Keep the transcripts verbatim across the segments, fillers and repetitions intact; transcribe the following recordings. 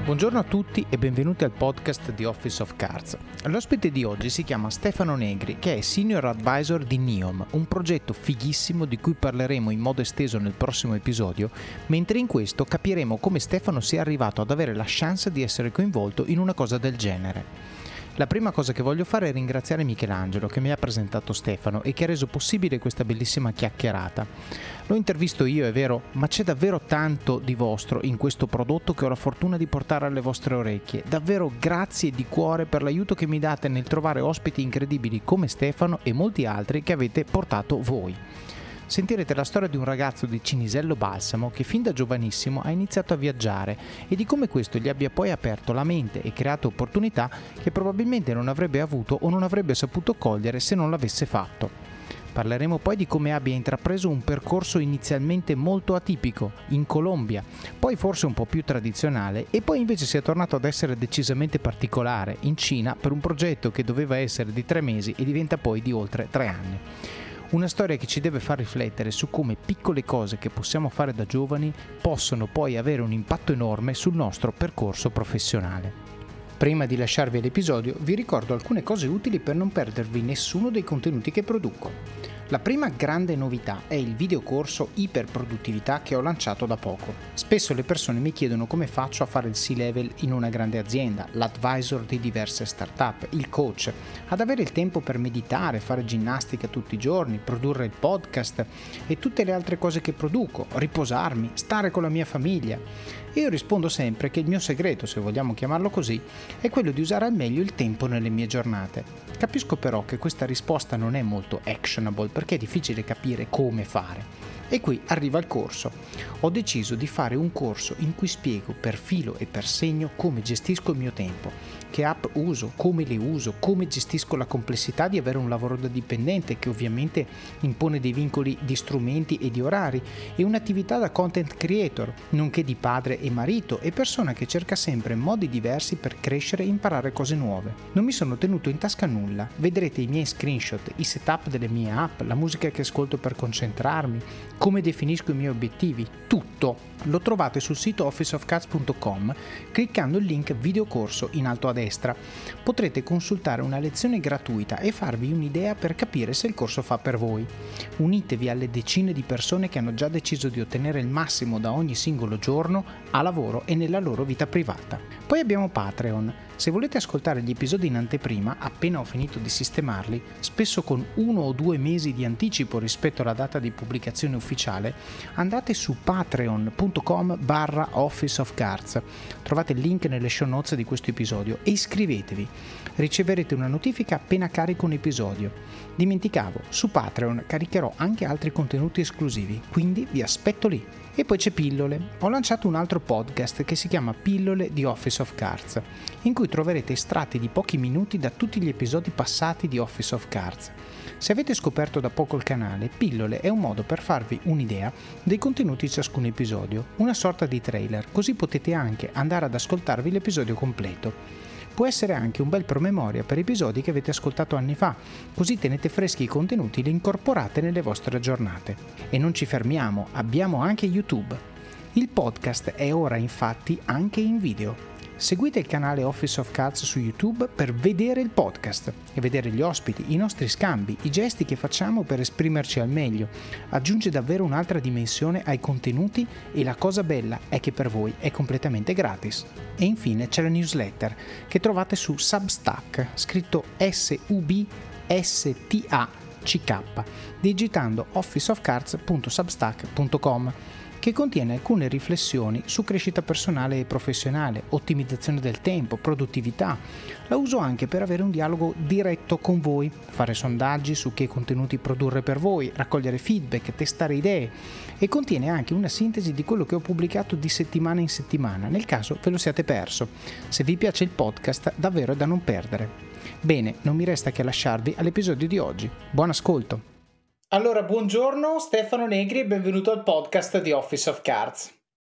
Buongiorno a tutti e benvenuti al podcast di Office of Cards. L'ospite di oggi si chiama Stefano Negri, che è Senior Advisor di Neom, un progetto fighissimo di cui parleremo in modo esteso nel prossimo episodio, mentre in questo capiremo come Stefano sia arrivato ad avere la chance di essere coinvolto in una cosa del genere. La prima cosa che voglio fare è ringraziare Michelangelo che mi ha presentato Stefano e che ha reso possibile questa bellissima chiacchierata. L'ho intervisto io, è vero, ma c'è davvero tanto di vostro in questo prodotto che ho la fortuna di portare alle vostre orecchie. Davvero grazie di cuore per l'aiuto che mi date nel trovare ospiti incredibili come Stefano e molti altri che avete portato voi. Sentirete la storia di un ragazzo di Cinisello Balsamo che fin da giovanissimo ha iniziato a viaggiare e di come questo gli abbia poi aperto la mente e creato opportunità che probabilmente non avrebbe avuto o non avrebbe saputo cogliere se non l'avesse fatto. Parleremo poi di come abbia intrapreso un percorso inizialmente molto atipico, in Colombia, poi forse un po' più tradizionale e poi invece sia tornato ad essere decisamente particolare, in Cina, per un progetto che doveva essere di tre mesi e diventa poi di oltre tre anni. Una storia che ci deve far riflettere su come piccole cose che possiamo fare da giovani possono poi avere un impatto enorme sul nostro percorso professionale. Prima di lasciarvi all'episodio, vi ricordo alcune cose utili per non perdervi nessuno dei contenuti che produco. La prima grande novità è il videocorso Iperproduttività che ho lanciato da poco. Spesso le persone mi chiedono come faccio a fare il C-level in una grande azienda, l'advisor di diverse startup, il coach, ad avere il tempo per meditare, fare ginnastica tutti i giorni, produrre il podcast e tutte le altre cose che produco, riposarmi, stare con la mia famiglia. E io rispondo sempre che il mio segreto, se vogliamo chiamarlo così, è quello di usare al meglio il tempo nelle mie giornate. Capisco però che questa risposta non è molto actionable perché è difficile capire come fare. E qui arriva il corso. Ho deciso di fare un corso in cui spiego per filo e per segno come gestisco il mio tempo, che app uso, come le uso, come gestisco la complessità di avere un lavoro da dipendente che ovviamente impone dei vincoli di strumenti e di orari e un'attività da content creator, nonché di padre e marito e persona che cerca sempre modi diversi per crescere e imparare cose nuove. Non mi sono tenuto in tasca nulla, vedrete i miei screenshot, i setup delle mie app, la musica che ascolto per concentrarmi, come definisco i miei obiettivi, tutto lo trovate sul sito office of cards punto com cliccando il link videocorso in alto a destra. Potrete consultare una lezione gratuita e farvi un'idea per capire se il corso fa per voi. Unitevi alle decine di persone che hanno già deciso di ottenere il massimo da ogni singolo giorno a lavoro e nella loro vita privata. Poi abbiamo Patreon. Se volete ascoltare gli episodi in anteprima, appena ho finito di sistemarli, spesso con uno o due mesi di anticipo rispetto alla data di pubblicazione ufficiale, andate su patreon punto com barra office of cards. Trovate il link nelle show notes di questo episodio e iscrivetevi. Riceverete una notifica appena carico un episodio. Dimenticavo, su Patreon caricherò anche altri contenuti esclusivi, quindi vi aspetto lì. E poi c'è Pillole. Ho lanciato un altro podcast che si chiama Pillole di Office of Cards, in cui troverete estratti di pochi minuti da tutti gli episodi passati di Office of Cards. Se avete scoperto da poco il canale, Pillole è un modo per farvi un'idea dei contenuti di ciascun episodio, una sorta di trailer, così potete anche andare ad ascoltarvi l'episodio completo. Può essere anche un bel promemoria per episodi che avete ascoltato anni fa, così tenete freschi i contenuti e li incorporate nelle vostre giornate. E non ci fermiamo, abbiamo anche YouTube. Il podcast è ora infatti anche in video. Seguite il canale Office of Cards su YouTube per vedere il podcast e vedere gli ospiti, i nostri scambi, i gesti che facciamo per esprimerci al meglio. Aggiunge davvero un'altra dimensione ai contenuti e la cosa bella è che per voi è completamente gratis. E infine c'è la newsletter che trovate su Substack, scritto S U B S T A C K, digitando office of cards punto substack punto com. che contiene alcune riflessioni su crescita personale e professionale, ottimizzazione del tempo, produttività. La uso anche per avere un dialogo diretto con voi, fare sondaggi su che contenuti produrre per voi, raccogliere feedback, testare idee e contiene anche una sintesi di quello che ho pubblicato di settimana in settimana, nel caso ve lo siate perso. Se vi piace il podcast, davvero è da non perdere. Bene, non mi resta che lasciarvi all'episodio di oggi. Buon ascolto! Allora, buongiorno Stefano Negri e benvenuto al podcast di Office of Cards.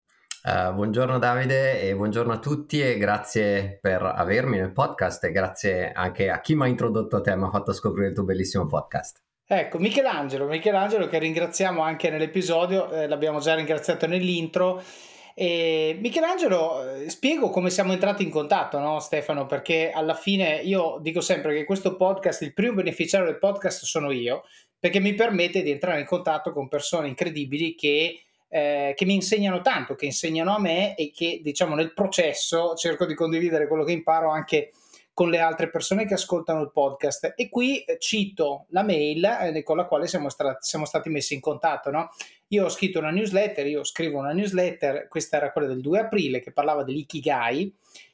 Uh, buongiorno Davide e buongiorno a tutti e grazie per avermi nel podcast e grazie anche a chi mi ha introdotto a te, mi ha fatto scoprire il tuo bellissimo podcast. Ecco, Michelangelo, Michelangelo che ringraziamo anche nell'episodio, eh, l'abbiamo già ringraziato nell'intro E Michelangelo, eh, spiego come siamo entrati in contatto, no, Stefano? Perché alla fine io dico sempre che questo podcast, il primo beneficiario del podcast sono io, perché mi permette di entrare in contatto con persone incredibili che, eh, che mi insegnano tanto, che insegnano a me e che, diciamo, nel processo cerco di condividere quello che imparo anche con le altre persone che ascoltano il podcast. E qui eh, cito la mail eh, con la quale siamo, stra- siamo stati messi in contatto, no? Io ho scritto una newsletter, io scrivo una newsletter, questa era quella del due aprile che parlava dell'ikigai,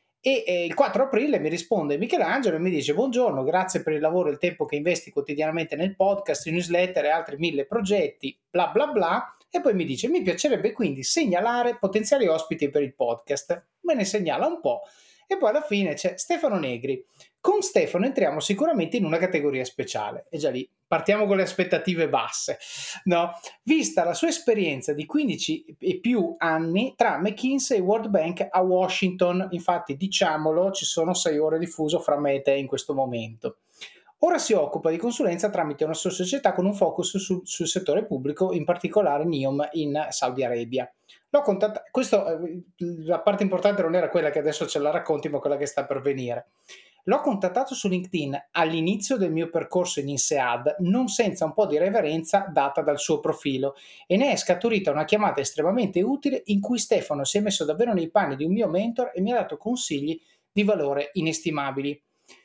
e eh, il quattro aprile mi risponde Michelangelo e mi dice: buongiorno, grazie per il lavoro e il tempo che investi quotidianamente nel podcast, in newsletter e altri mille progetti, bla bla bla. E poi mi dice: mi piacerebbe quindi segnalare potenziali ospiti per il podcast. Me ne segnala un po'. E poi alla fine c'è Stefano Negri. Con Stefano entriamo sicuramente in una categoria speciale. E già lì partiamo con le aspettative basse, no? Vista la sua esperienza di quindici e più anni tra McKinsey e World Bank a Washington. Infatti, diciamolo, ci sono sei ore di fuso fra me e te in questo momento. Ora si occupa di consulenza tramite una sua società con un focus sul, sul settore pubblico, in particolare NEOM in Saudi Arabia. L'ho contattato, questo, la parte importante non era quella che adesso ce la racconti, ma quella che sta per venire. L'ho contattato su LinkedIn all'inizio del mio percorso in INSEAD, non senza un po' di reverenza data dal suo profilo, e ne è scaturita una chiamata estremamente utile in cui Stefano si è messo davvero nei panni di un mio mentor e mi ha dato consigli di valore inestimabili.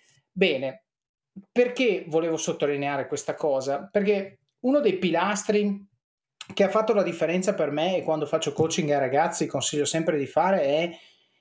Bene, perché volevo sottolineare questa cosa? Perché uno dei pilastri che ha fatto la differenza per me, e quando faccio coaching ai ragazzi consiglio sempre di fare, è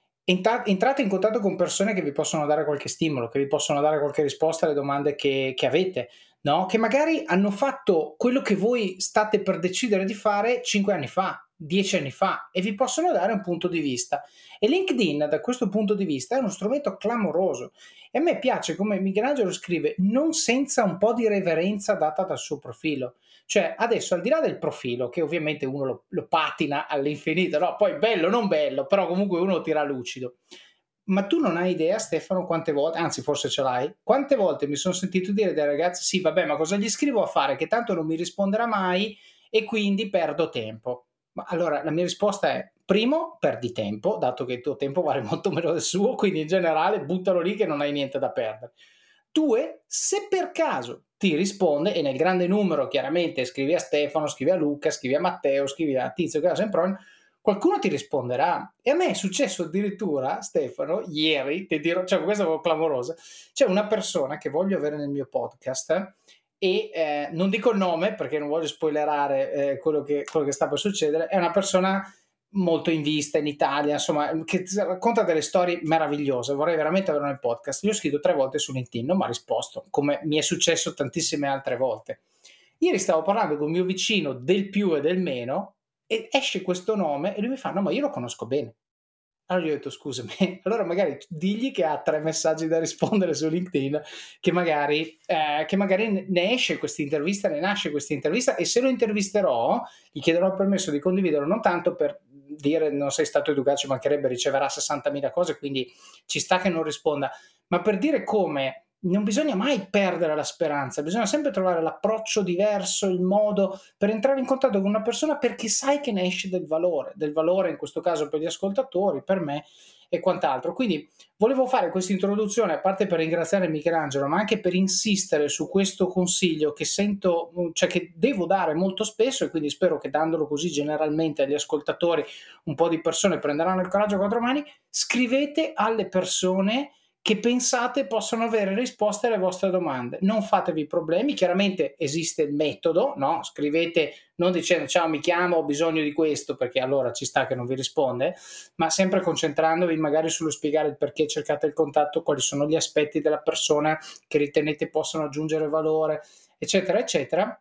entrate in contatto con persone che vi possono dare qualche stimolo, che vi possono dare qualche risposta alle domande che, che avete, no? Che magari hanno fatto quello che voi state per decidere di fare cinque anni fa, dieci anni fa, e vi possono dare un punto di vista. E LinkedIn, da questo punto di vista, è uno strumento clamoroso. E a me piace come Michelangelo scrive, non senza un po' di reverenza data dal suo profilo. Cioè, adesso, al di là del profilo, che ovviamente uno lo, lo patina all'infinito, no? Poi bello, non bello, però comunque uno lo tira lucido. Ma tu non hai idea, Stefano, quante volte, anzi forse ce l'hai, quante volte mi sono sentito dire dai ragazzi: sì, vabbè, ma cosa gli scrivo a fare? Che tanto non mi risponderà mai e quindi perdo tempo. Ma allora la mia risposta è: primo, perdi tempo, dato che il tuo tempo vale molto meno del suo, quindi in generale buttalo lì che non hai niente da perdere. Due, se per caso ti risponde, e nel grande numero chiaramente scrivi a Stefano, scrivi a Luca, scrivi a Matteo, scrivi a Tizio, che sempre, qualcuno ti risponderà. E a me è successo addirittura, Stefano, ieri, ti dirò, cioè questa è clamorosa, c'è una persona che voglio avere nel mio podcast e eh, non dico il nome perché non voglio spoilerare eh, quello, che, quello che sta per succedere, è una persona molto in vista in Italia, insomma, che racconta delle storie meravigliose. Vorrei veramente averlo nel podcast. Io ho scritto tre volte su LinkedIn, non mi ha risposto, come mi è successo tantissime altre volte. Ieri stavo parlando con il mio vicino del più e del meno e esce questo nome e lui mi fa: no, ma io lo conosco bene. Allora gli ho detto: scusami, allora magari digli che ha tre messaggi da rispondere su LinkedIn, che magari, eh, che magari ne esce questa intervista, ne nasce questa intervista, e se lo intervisterò gli chiederò il permesso di condividerlo, non tanto per dire non sei stato educato, ci mancherebbe, riceverà sessantamila cose, quindi ci sta che non risponda, ma per dire come non bisogna mai perdere la speranza, bisogna sempre trovare l'approccio diverso, il modo per entrare in contatto con una persona, perché sai che ne esce del valore, del valore in questo caso per gli ascoltatori, per me e quant'altro. Quindi volevo fare questa introduzione, a parte per ringraziare Michelangelo, ma anche per insistere su questo consiglio che sento, cioè che devo dare molto spesso, e quindi spero che dandolo così generalmente agli ascoltatori un po' di persone prenderanno il coraggio a quattro mani. Scrivete alle persone che pensate possano avere risposte alle vostre domande. Non fatevi problemi, chiaramente esiste il metodo, no? Scrivete non dicendo ciao mi chiamo, ho bisogno di questo, perché allora ci sta che non vi risponde, ma sempre concentrandovi magari sullo spiegare il perché cercate il contatto, quali sono gli aspetti della persona che ritenete possano aggiungere valore, eccetera, eccetera.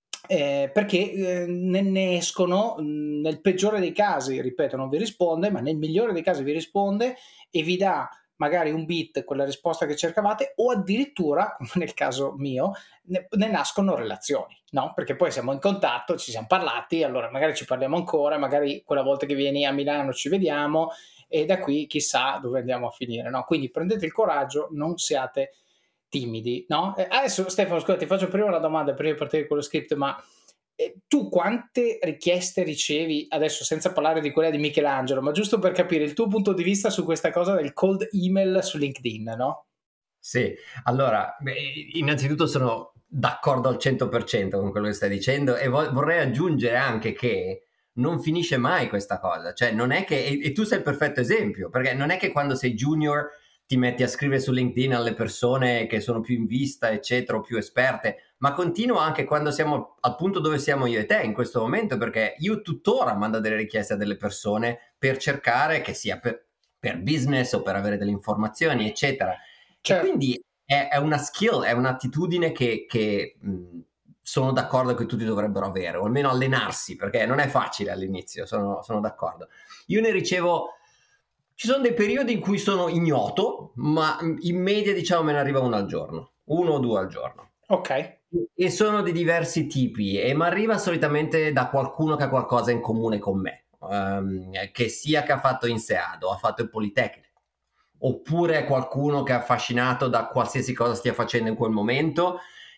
Eh, perché eh, ne, ne escono mh, nel peggiore dei casi, ripeto, non vi risponde, ma nel migliore dei casi vi risponde e vi dà magari un bit, quella risposta che cercavate, o addirittura, come nel caso mio, ne, ne nascono relazioni, no? Perché poi siamo in contatto, ci siamo parlati, allora magari ci parliamo ancora, magari quella volta che vieni a Milano ci vediamo, e da qui chissà dove andiamo a finire, no? Quindi prendete il coraggio, non siate timidi, no? Eh, adesso Stefano, scusa, ti faccio prima una domanda prima di partire con lo script, ma E tu quante richieste ricevi, adesso senza parlare di quella di Michelangelo, ma giusto per capire il tuo punto di vista su questa cosa del cold email su LinkedIn, no? Sì, allora, beh, innanzitutto sono d'accordo al cento per cento con quello che stai dicendo e vo- vorrei aggiungere anche che non finisce mai questa cosa, cioè non è che, e, e tu sei il perfetto esempio, perché non è che quando sei junior ti metti a scrivere su LinkedIn alle persone che sono più in vista, eccetera, o più esperte, ma continua anche quando siamo al punto dove siamo io e te in questo momento, perché io tuttora mando delle richieste a delle persone per cercare che sia per, per business o per avere delle informazioni, eccetera. E Certo. quindi è, è una skill, è un'attitudine che, che mh, sono d'accordo che tutti dovrebbero avere, o almeno allenarsi, perché non è facile all'inizio, sono, sono d'accordo. Io ne ricevo, ci sono dei periodi in cui sono ignoto, ma in media diciamo me ne arriva uno al giorno, uno o due al giorno. Ok. E sono di diversi tipi e mi arriva solitamente da qualcuno che ha qualcosa in comune con me, um, che sia che ha fatto INSEAD o ha fatto il Politecnico, oppure qualcuno che è affascinato da qualsiasi cosa stia facendo in quel momento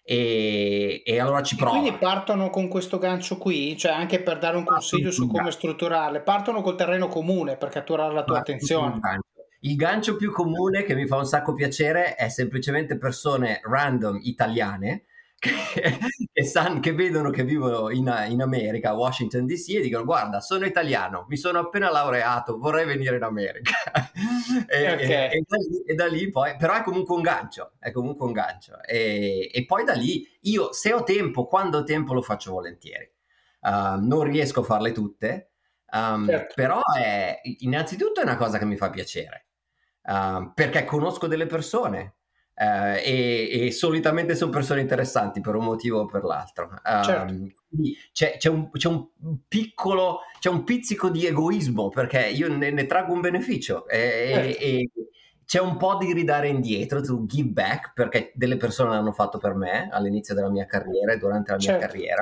e, e allora ci E quindi prova. partono con questo gancio qui, cioè anche per dare un consiglio su come strutturarle, partono col terreno comune per catturare la tua attenzione. Il gancio più comune che mi fa un sacco piacere è semplicemente persone random italiane che, che, san, che vedono che vivo in, in America, a Washington D C, e dicono: guarda, sono italiano, mi sono appena laureato, vorrei venire in America. e, Ok, e, e, da lì, e da lì poi, però è comunque un gancio, è comunque un gancio. E, e poi da lì io, se ho tempo, quando ho tempo, lo faccio volentieri. Uh, non riesco a farle tutte, um, certo. però è, innanzitutto è una cosa che mi fa piacere, uh, perché conosco delle persone. Uh, e, e solitamente sono persone interessanti per un motivo o per l'altro. Certo. Um, c'è, c'è, un, c'è un piccolo, c'è un pizzico di egoismo perché io ne, ne traggo un beneficio e, Certo. e, e c'è un po' di ridare indietro, to give back, perché delle persone l'hanno fatto per me all'inizio della mia carriera e durante la mia Certo. carriera.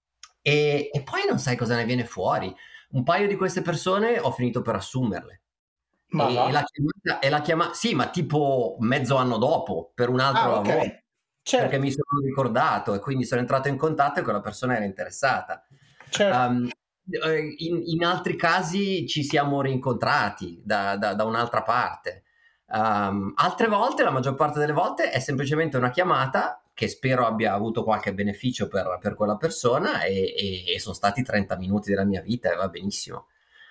E, e poi non sai cosa ne viene fuori. Un paio di queste persone ho finito per assumerle. Ma E, va. e la chiamata, e la chiama- sì, ma tipo mezzo anno dopo, per un altro Ah, ok. lavoro, perché Certo. mi sono ricordato e quindi sono entrato in contatto e quella persona era interessata. Certo. Um, in, in altri casi ci siamo rincontrati da, da, da un'altra parte. Um, altre volte, la maggior parte delle volte, è semplicemente una chiamata che spero abbia avuto qualche beneficio per, per quella persona e, e, e sono stati trenta minuti della mia vita e va benissimo.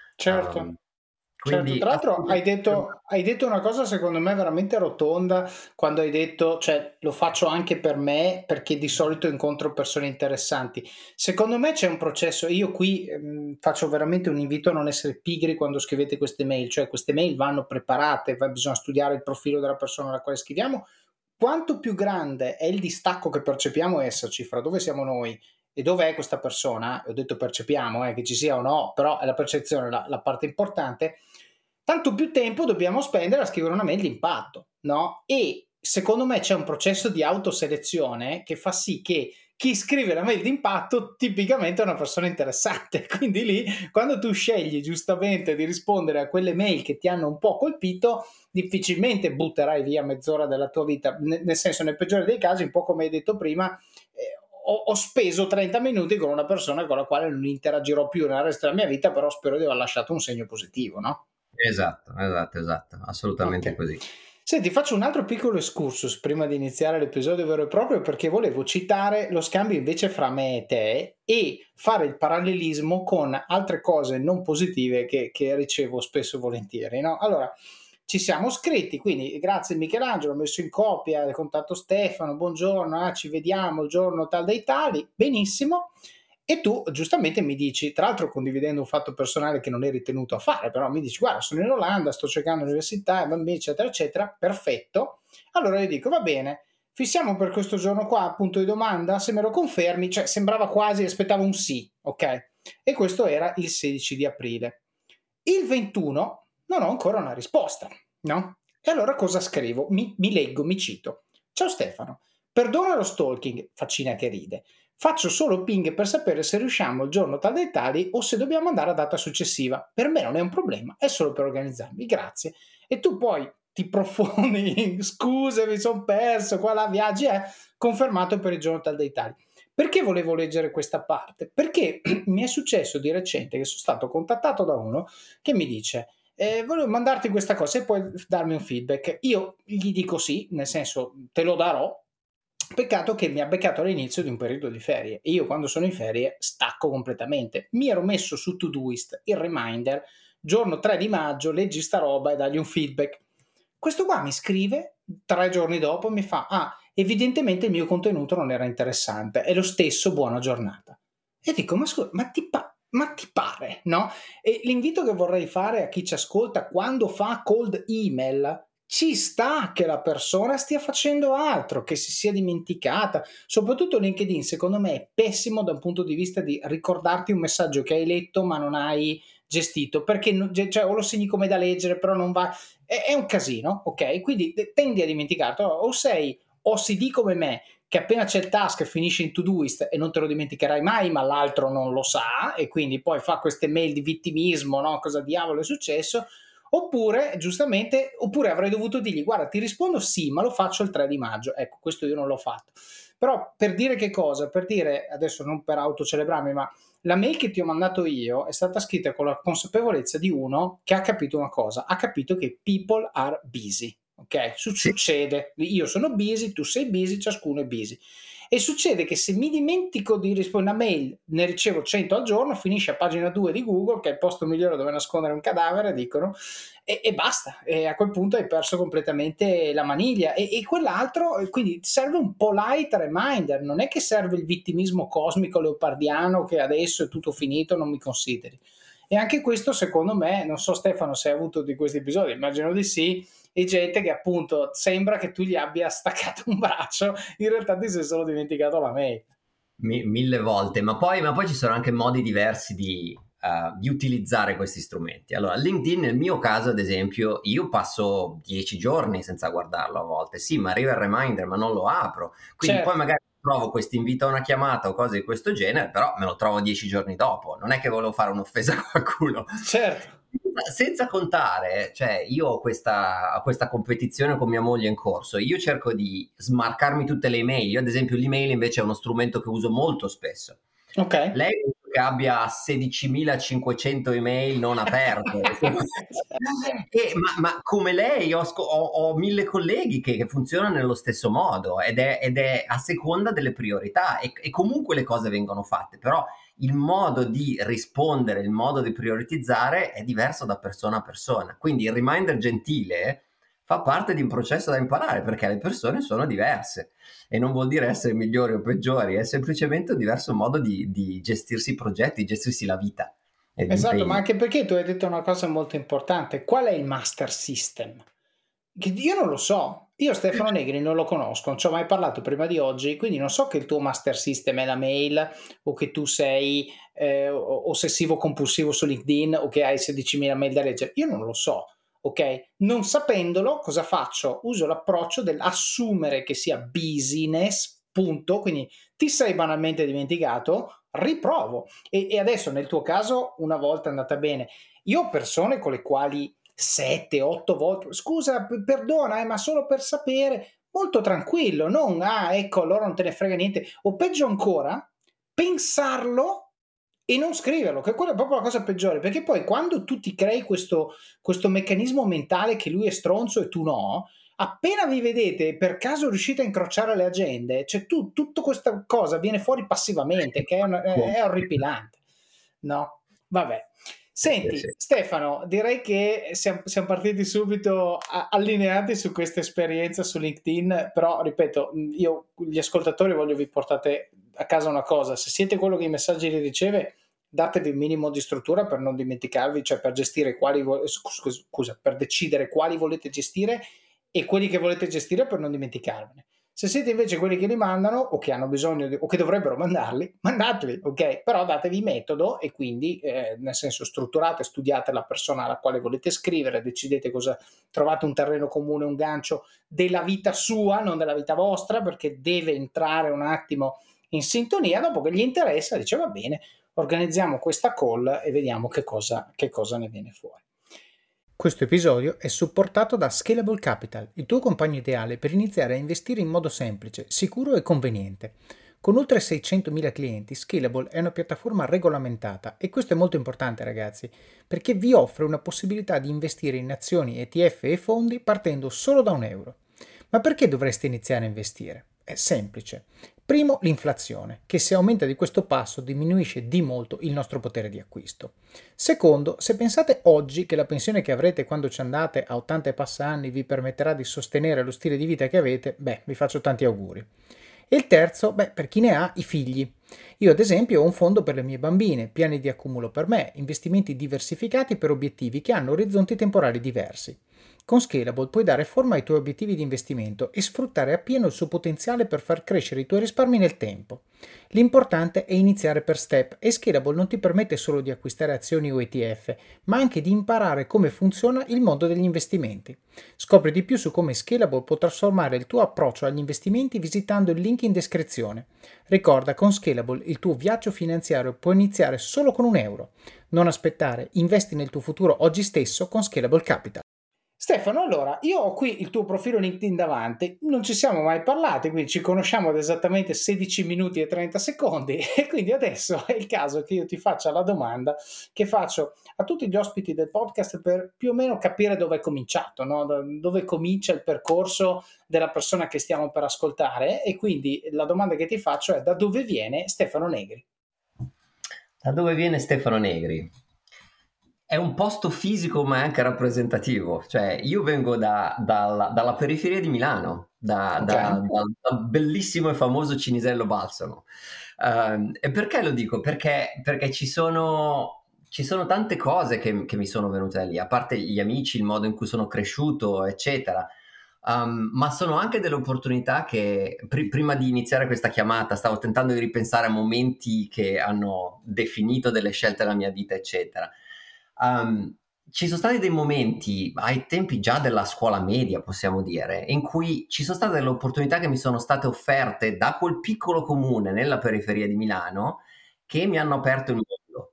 Um, Certo. Certo, quindi tra l'altro hai assolutamente. detto, hai detto una cosa secondo me veramente rotonda quando hai detto, cioè lo faccio anche per me perché di solito incontro persone interessanti. Secondo me c'è un processo, io qui ehm, faccio veramente un invito a non essere pigri quando scrivete queste mail, cioè queste mail vanno preparate, va- bisogna studiare il profilo della persona alla quale scriviamo. Quanto più grande è il distacco che percepiamo esserci fra dove siamo noi e dove è questa persona, ho detto percepiamo, eh, che ci sia o no, però è la percezione la, la parte importante, tanto più tempo dobbiamo spendere a scrivere una mail di impatto, no? E secondo me c'è un processo di autoselezione che fa sì che chi scrive la mail di impatto tipicamente è una persona interessante, quindi lì quando tu scegli giustamente di rispondere a quelle mail che ti hanno un po' colpito, difficilmente butterai via mezz'ora della tua vita, nel senso, nel peggiore dei casi, un po' come hai detto prima, eh, ho, ho speso trenta minuti con una persona con la quale non interagirò più nel resto della mia vita, però spero di aver lasciato un segno positivo, no? Esatto, esatto, esatto, assolutamente Ok. così. Senti, faccio un altro piccolo excursus prima di iniziare l'episodio vero e proprio perché volevo citare lo scambio invece fra me e te e fare il parallelismo con altre cose non positive che, che ricevo spesso e volentieri, no? Allora, ci siamo scritti, quindi grazie Michelangelo, ho messo in copia il contatto Stefano, buongiorno, ah, ci vediamo il giorno tal dei tali, benissimo. E tu giustamente mi dici, tra l'altro condividendo un fatto personale che non eri tenuto a fare, però mi dici, guarda, sono in Olanda, sto cercando l'università, bambini, eccetera, eccetera, perfetto. Allora io dico, va bene, fissiamo per questo giorno qua, punto di domanda, se me lo confermi, cioè sembrava quasi, aspettavo un sì, ok? E questo era il sedici di aprile. Il ventuno non ho ancora una risposta, no? E allora cosa scrivo? Mi, mi leggo, mi cito. Ciao Stefano, perdona lo stalking, faccina che ride. Faccio solo ping per sapere se riusciamo il giorno tal dei tali o se dobbiamo andare a data successiva. Per me non è un problema, è solo per organizzarmi. Grazie. E tu poi ti profondi, scuse, mi sono perso, qua là viaggi, è confermato per il giorno tal dei tali. Perché volevo leggere questa parte? Perché mi è successo di recente che sono stato contattato da uno che mi dice eh, volevo mandarti questa cosa e puoi darmi un feedback. Io gli dico sì, nel senso te lo darò. Peccato che mi ha beccato all'inizio di un periodo di ferie e io quando sono in ferie stacco completamente. Mi ero messo su Todoist il reminder, giorno tre di maggio, leggi sta roba e dagli un feedback. Questo qua mi scrive tre giorni dopo, mi fa, ah, evidentemente il mio contenuto non era interessante, è lo stesso, buona giornata. E dico, ma scusa, ma ti, pa- ma ti pare, no? E l'invito che vorrei fare a chi ci ascolta quando fa cold email, ci sta che la persona stia facendo altro, che si sia dimenticata. Soprattutto LinkedIn, secondo me, è pessimo da un punto di vista di ricordarti un messaggio che hai letto ma non hai gestito, perché cioè, o lo segni come da leggere, però non va. È, è un casino, ok? Quindi tendi a dimenticarti. O sei O C D come me, che appena c'è il task finisce in Todoist e non te lo dimenticherai mai, ma l'altro non lo sa e quindi poi fa queste mail di vittimismo, no? Cosa diavolo è successo? Oppure, giustamente, oppure avrei dovuto dirgli, guarda, ti rispondo sì, ma lo faccio il tre di maggio. Ecco, questo io non l'ho fatto. Però per dire che cosa? Per dire, adesso non per autocelebrarmi, ma la mail che ti ho mandato io è stata scritta con la consapevolezza di uno che ha capito una cosa, ha capito che people are busy. Ok, Su- Sì. succede, io sono busy, tu sei busy, ciascuno è busy. E succede che se mi dimentico di rispondere a mail, ne ricevo cento al giorno, finisce a pagina due di Google, che è il posto migliore dove nascondere un cadavere, dicono, e, e basta. E a quel punto hai perso completamente la maniglia. E, e quell'altro, quindi serve un polite reminder, non è che serve il vittimismo cosmico leopardiano che adesso è tutto finito, non mi consideri. E anche questo, secondo me, non so Stefano se hai avuto di questi episodi, immagino di sì, e gente che appunto sembra che tu gli abbia staccato un braccio, in realtà ti sei solo dimenticato la mail. Mi, mille volte, ma poi, ma poi ci sono anche modi diversi di, uh, di utilizzare questi strumenti. Allora, LinkedIn nel mio caso, ad esempio, io passo dieci giorni senza guardarlo a volte. Sì, ma arriva il reminder, ma non lo apro. Quindi poi Certo, magari trovo questo invito a una chiamata o cose di questo genere, però me lo trovo dieci giorni dopo. Non è che volevo fare un'offesa a qualcuno. certo. Senza contare, cioè io ho questa, questa competizione con mia moglie in corso, io cerco di smarcarmi tutte le email, io ad esempio l'email invece è uno strumento che uso molto spesso. Ok. Lei penso che abbia sedicimilacinquecento email non aperte. E, ma, ma come lei ho, sco- ho- ho mille colleghi che, che funzionano nello stesso modo ed è, ed è a seconda delle priorità e, e comunque le cose vengono fatte, però il modo di rispondere, il modo di prioritizzare è diverso da persona a persona. Quindi il reminder gentile fa parte di un processo da imparare perché le persone sono diverse e non vuol dire essere migliori o peggiori, è semplicemente un diverso modo di, di gestirsi i progetti, di gestirsi la vita e gli Esatto, ma impegni. anche perché tu hai detto una cosa molto importante. Qual è il master system? Che io non lo so. Io Stefano Negri non lo conosco, non ci ho mai parlato prima di oggi, quindi non so che il tuo master system è la mail o che tu sei eh, ossessivo compulsivo su LinkedIn o che hai sedicimila mail da leggere. Io non lo so, ok? Non sapendolo, cosa faccio? Uso l'approccio dell'assumere che sia business, punto. Quindi ti sei banalmente dimenticato, riprovo. E, e adesso nel tuo caso una volta è andata bene. Io ho persone con le quali sette, otto volte, scusa, p- perdona, eh, ma solo per sapere, molto tranquillo, non, ah, ecco, allora non te ne frega niente, o peggio ancora, pensarlo e non scriverlo, che quella è proprio la cosa peggiore, perché poi quando tu ti crei questo, questo meccanismo mentale che lui è stronzo e tu no, appena vi vedete, per caso riuscite a incrociare le agende, cioè tu, tutta questa cosa viene fuori passivamente, che è, una, è orripilante, no? Vabbè. Sì, sì, Senti, sì. Stefano, direi che siamo, siamo partiti subito a- allineati su questa esperienza su LinkedIn, però ripeto, io gli ascoltatori voglio vi portate a casa una cosa, se siete quello che i messaggi li riceve, datevi un minimo di struttura per non dimenticarvi, cioè per gestire quali vo- scusa, scusa, per decidere quali volete gestire e quelli che volete gestire per non dimenticarvene. Se siete invece quelli che li mandano o che hanno bisogno di, o che dovrebbero mandarli, mandateli, ok? Però datevi metodo e quindi, eh, nel senso, strutturate, studiate la persona alla quale volete scrivere, decidete cosa, trovate un terreno comune, un gancio della vita sua, non della vita vostra, perché deve entrare un attimo in sintonia. Dopo che gli interessa, dice va bene, organizziamo questa call e vediamo che cosa, che cosa ne viene fuori. Questo episodio è supportato da Scalable Capital, il tuo compagno ideale per iniziare a investire in modo semplice, sicuro e conveniente. Con oltre seicentomila clienti, Scalable è una piattaforma regolamentata e questo è molto importante, ragazzi, perché vi offre una possibilità di investire in azioni, E T F e fondi partendo solo da un euro. Ma perché dovreste iniziare a investire? È semplice. Primo, l'inflazione, che se aumenta di questo passo diminuisce di molto il nostro potere di acquisto. Secondo, se pensate oggi che la pensione che avrete quando ci andate a ottanta e passa anni vi permetterà di sostenere lo stile di vita che avete, beh, vi faccio tanti auguri. E il terzo, beh, per chi ne ha, i figli. Io ad esempio ho un fondo per le mie bambine, piani di accumulo per me, investimenti diversificati per obiettivi che hanno orizzonti temporali diversi. Con Scalable puoi dare forma ai tuoi obiettivi di investimento e sfruttare appieno il suo potenziale per far crescere i tuoi risparmi nel tempo. L'importante è iniziare per step e Scalable non ti permette solo di acquistare azioni o E T F, ma anche di imparare come funziona il mondo degli investimenti. Scopri di più su come Scalable può trasformare il tuo approccio agli investimenti visitando il link in descrizione. Ricorda, con Scalable il tuo viaggio finanziario può iniziare solo con un euro. Non aspettare, investi nel tuo futuro oggi stesso con Scalable Capital. Stefano, allora, io ho qui il tuo profilo LinkedIn davanti, non ci siamo mai parlati, quindi ci conosciamo ad esattamente sedici minuti e trenta secondi e quindi adesso è il caso che io ti faccia la domanda che faccio a tutti gli ospiti del podcast per più o meno capire dove è cominciato, no? Dove comincia il percorso della persona che stiamo per ascoltare, e quindi la domanda che ti faccio è: da dove viene Stefano Negri? Da dove viene Stefano Negri? È un posto fisico ma è anche rappresentativo, cioè io vengo da, dalla, dalla periferia di Milano, da, Ok. da, dal, dal bellissimo e famoso Cinisello Balsamo. Um, e perché lo dico? Perché, perché ci sono, ci sono tante cose che, che mi sono venute da lì, a parte gli amici, il modo in cui sono cresciuto, eccetera. Um, ma sono anche delle opportunità che pr- prima di iniziare questa chiamata stavo tentando di ripensare a momenti che hanno definito delle scelte della mia vita, eccetera. Um, ci sono stati dei momenti ai tempi già della scuola media, possiamo dire, in cui ci sono state delle opportunità che mi sono state offerte da quel piccolo comune nella periferia di Milano che mi hanno aperto il mondo.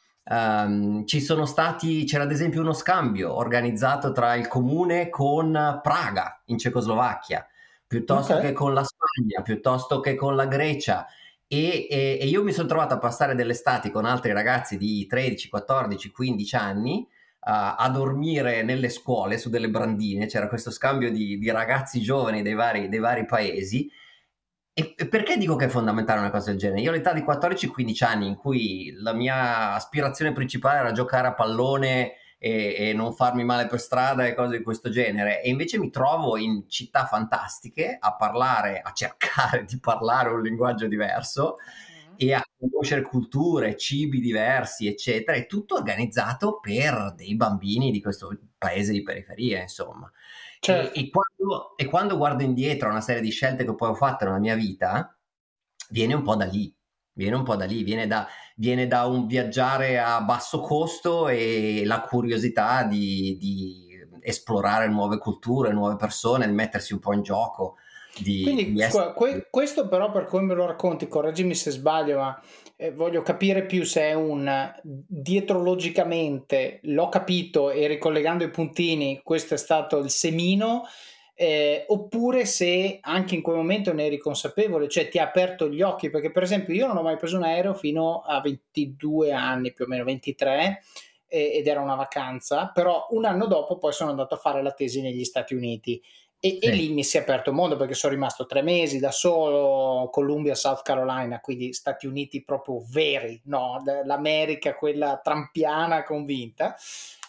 Um, ci sono stati, c'era ad esempio uno scambio organizzato tra il comune con Praga in Cecoslovacchia, piuttosto che Ok. con la Spagna, piuttosto che con la Grecia. E, e- e io mi sono trovato a passare delle estati con altri ragazzi di tredici, quattordici, quindici anni uh, a dormire nelle scuole su delle brandine. C'era questo scambio di, di ragazzi giovani dei vari, dei vari paesi. E, e perché dico che è fondamentale una cosa del genere? Io ho l'età di quattordici quindici anni in cui la mia aspirazione principale era giocare a pallone e, e non farmi male per strada e cose di questo genere, e invece mi trovo in città fantastiche a parlare, a cercare di parlare un linguaggio diverso e a conoscere culture, cibi diversi, eccetera, è tutto organizzato per dei bambini di questo paese di periferia, insomma. E, Certo. e quando, e quando guardo indietro a una serie di scelte che poi ho fatto nella mia vita, viene un po' da lì, viene un po' da lì, viene da, viene da un viaggiare a basso costo e la curiosità di, di esplorare nuove culture, nuove persone, di mettersi un po' in gioco, di, Quindi, di essere... scusa, que- questo però per come me lo racconti, correggimi se sbaglio, ma eh, voglio capire più se è un dietrologicamente, l'ho capito e ricollegando i puntini, questo è stato il semino, eh, oppure se anche in quel momento ne eri consapevole, cioè ti ha aperto gli occhi, perché per esempio io non ho mai preso un aereo fino a ventidue anni, più o meno ventitré, eh, ed era una vacanza, però un anno dopo poi sono andato a fare la tesi negli Stati Uniti. E, e Sì, lì mi si è aperto il mondo perché sono rimasto tre mesi da solo, Columbia, South Carolina, quindi Stati Uniti proprio veri, no? L'America, quella trampiana convinta.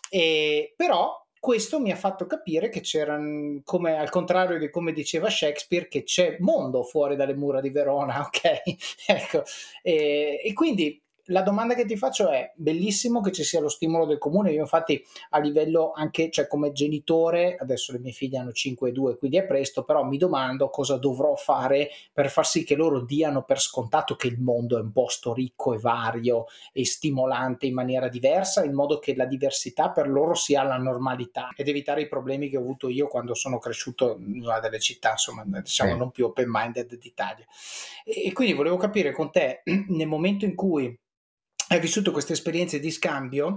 E, però questo mi ha fatto capire che c'era, come al contrario di come diceva Shakespeare, che c'è mondo fuori dalle mura di Verona, ok? Ecco, e, e quindi la domanda che ti faccio è: bellissimo che ci sia lo stimolo del comune. Io infatti a livello anche, cioè come genitore, adesso le mie figlie hanno cinque e due, quindi è presto, però mi domando cosa dovrò fare per far sì che loro diano per scontato che il mondo è un posto ricco e vario e stimolante in maniera diversa, in modo che la diversità per loro sia la normalità, ed evitare i problemi che ho avuto io quando sono cresciuto in una delle città, insomma, diciamo sì. non più open minded d'Italia. E quindi volevo capire con te, nel momento in cui hai vissuto queste esperienze di scambio,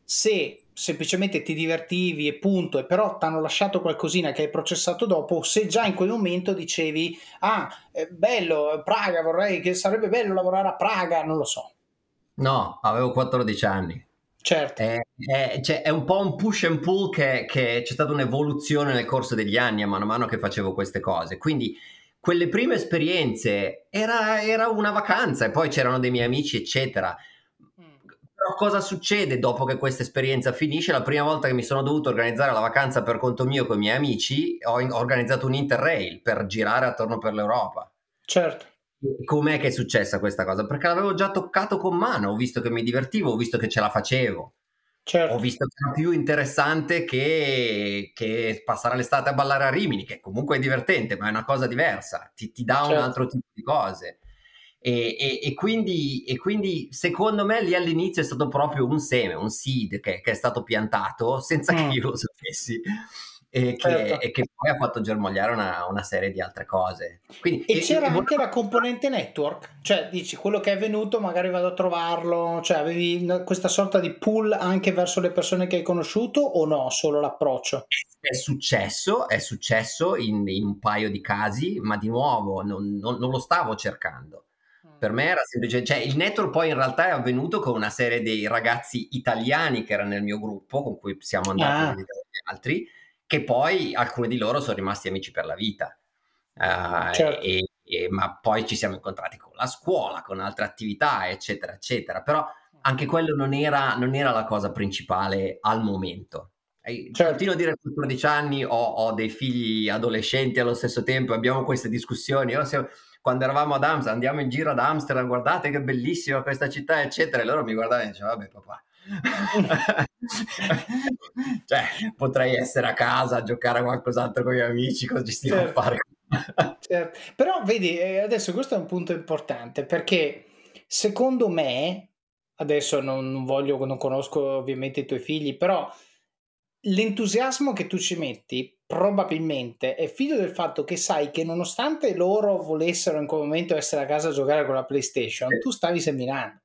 se semplicemente ti divertivi e punto, e però ti hanno lasciato qualcosina che hai processato dopo, se già in quel momento dicevi ah, è bello, Praga, vorrei che sarebbe bello lavorare a Praga, non lo so. No, avevo quattordici anni. Certo. È, è- cioè, è un po' un push and pull che, che c'è stata un'evoluzione nel corso degli anni, a mano a mano che facevo queste cose. Quindi quelle prime esperienze era, era una vacanza e poi c'erano dei miei amici, eccetera. Mm. Però cosa succede dopo che questa esperienza finisce? La prima volta che mi sono dovuto organizzare la vacanza per conto mio con i miei amici, ho, in- ho organizzato un Interrail per girare attorno per l'Europa. Certo, Com'è che è successa questa cosa? Perché l'avevo già toccato con mano, ho visto che mi divertivo, ho visto che ce la facevo, ho certo, visto che era più interessante che, che passare l'estate a ballare a Rimini, che comunque è divertente, ma è una cosa diversa, ti, ti dà un certo. altro tipo di cose. E, e- e quindi, e quindi secondo me lì all'inizio è stato proprio un seme, un seed che, che è stato piantato senza che Mm, io lo sapessi e che, certo. e che poi ha fatto germogliare una, una serie di altre cose. Quindi, E e- e- c'era e anche volevo- la componente network, cioè dici quello che è venuto magari vado a trovarlo, cioè avevi una- questa sorta di pull anche verso le persone che hai conosciuto o no, solo l'approccio? È successo, è successo in, in un paio di casi, ma di nuovo non, non- non lo stavo cercando. Mm. Per me era semplice, cioè il network poi in realtà è avvenuto con una serie di ragazzi italiani che erano nel mio gruppo, con cui siamo andati a Ah, visitare gli altri, che poi alcuni di loro sono rimasti amici per la vita. Eh, certo, e- e- ma poi ci siamo incontrati con la scuola, con altre attività, eccetera, eccetera. Però anche quello non era, non era la cosa principale al momento. Eh, certo. Continuo a dire che a quattordici anni ho, ho dei figli adolescenti allo stesso tempo, abbiamo queste discussioni. Oh, se- quando eravamo ad Amsterdam, andiamo in giro ad Amsterdam, guardate che bellissima questa città, eccetera. E loro mi guardavano e dicevano, vabbè papà, cioè, potrei essere a casa a giocare a qualcos'altro con i miei amici, cosa ci stiamo a Certo, fare? certo. Però vedi, eh, adesso questo è un punto importante perché secondo me, adesso non, non voglio, non conosco ovviamente i tuoi figli, però l'entusiasmo che tu ci metti probabilmente è figlio del fatto che sai che nonostante loro volessero in quel momento essere a casa a giocare con la PlayStation, tu stavi seminando.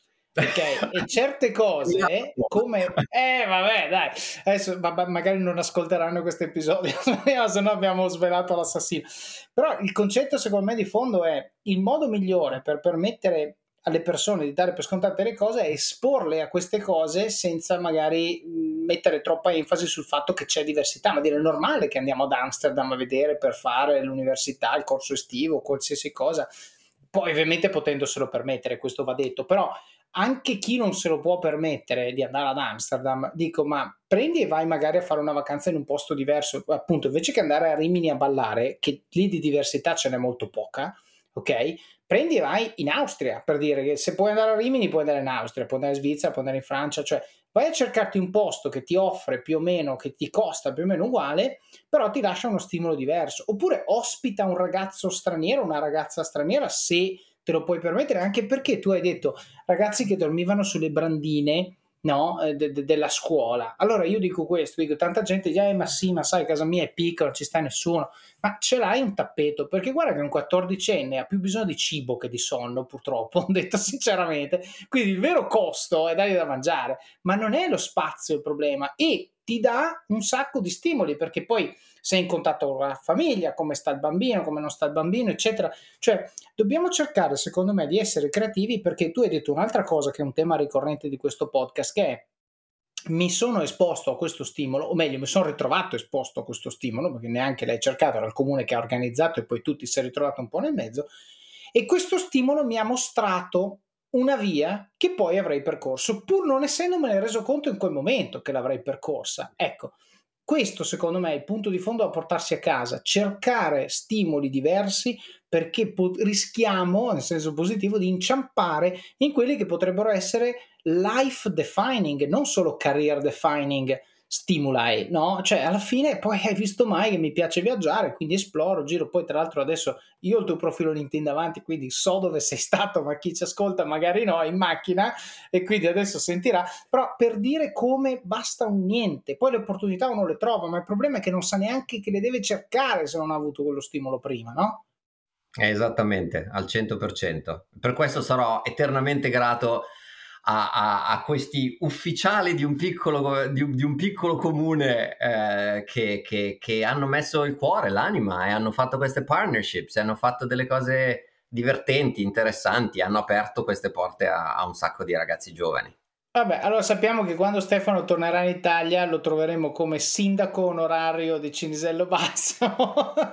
Okay, e certe cose come eh vabbè dai, adesso ma ma magari non ascolteranno questo episodio, se no abbiamo svelato l'assassino. Però il concetto secondo me di fondo è: il modo migliore per permettere alle persone di dare per scontate le cose è esporle a queste cose senza magari, mhmm, mettere troppa enfasi sul fatto che c'è diversità, ma dire: è normale che andiamo ad Amsterdam a vedere per fare l'università, il corso estivo, qualsiasi cosa. Poi ovviamente potendoselo permettere, questo va detto, però anche chi non se lo può permettere di andare ad Amsterdam, dico, ma prendi e vai magari a fare una vacanza in un posto diverso, appunto, invece che andare a Rimini a ballare, che lì di diversità ce n'è molto poca, ok? Prendi e vai in Austria, per dire che se puoi andare a Rimini puoi andare in Austria, puoi andare in Svizzera, puoi andare in Francia, cioè vai a cercarti un posto che ti offre più o meno, che ti costa più o meno uguale, però ti lascia uno stimolo diverso. Oppure ospita un ragazzo straniero, una ragazza straniera, se te lo puoi permettere, anche perché tu hai detto ragazzi che dormivano sulle brandine, no, eh, de- de- della scuola. Allora io dico questo, dico tanta gente dice, eh, ma sì, ma sai, casa mia è piccola, non ci sta nessuno, ma ce l'hai un tappeto? Perché guarda che un quattordicenne ha più bisogno di cibo che di sonno, purtroppo, detto sinceramente. Quindi il vero costo è dargli da mangiare, ma non è lo spazio il problema e ti dà un sacco di stimoli perché poi sei in contatto con la famiglia, come sta il bambino, come non sta il bambino, eccetera. Cioè, dobbiamo cercare, secondo me, di essere creativi perché tu hai detto un'altra cosa che è un tema ricorrente di questo podcast, che è mi sono esposto a questo stimolo, o meglio, mi sono ritrovato esposto a questo stimolo, perché neanche l'hai cercato, era il comune che ha organizzato e poi tu ti sei ritrovato un po' nel mezzo, e questo stimolo mi ha mostrato una via che poi avrei percorso, pur non essendomene reso conto in quel momento che l'avrei percorsa. Ecco, questo secondo me è il punto di fondo da portarsi a casa, cercare stimoli diversi perché po- rischiamo, nel senso positivo, di inciampare in quelli che potrebbero essere life defining, non solo career defining stimuli, no? Cioè alla fine poi hai visto mai che mi piace viaggiare, quindi esploro, giro, poi tra l'altro adesso io ho il tuo profilo LinkedIn davanti, quindi so dove sei stato, ma chi ci ascolta magari no, in macchina e quindi adesso sentirà, però per dire come basta un niente, poi le opportunità uno le trova, ma il problema è che non sa neanche che le deve cercare se non ha avuto quello stimolo prima, no? Esattamente, al cento per cento. Per questo sarò eternamente grato a, a, a questi ufficiali di un piccolo, di un, di un piccolo comune eh, che, che, che hanno messo il cuore, l'anima e hanno fatto queste partnerships, hanno fatto delle cose divertenti, interessanti, hanno aperto queste porte a, a un sacco di ragazzi giovani. Vabbè, allora sappiamo che quando Stefano tornerà in Italia lo troveremo come sindaco onorario di Cinisello Balsamo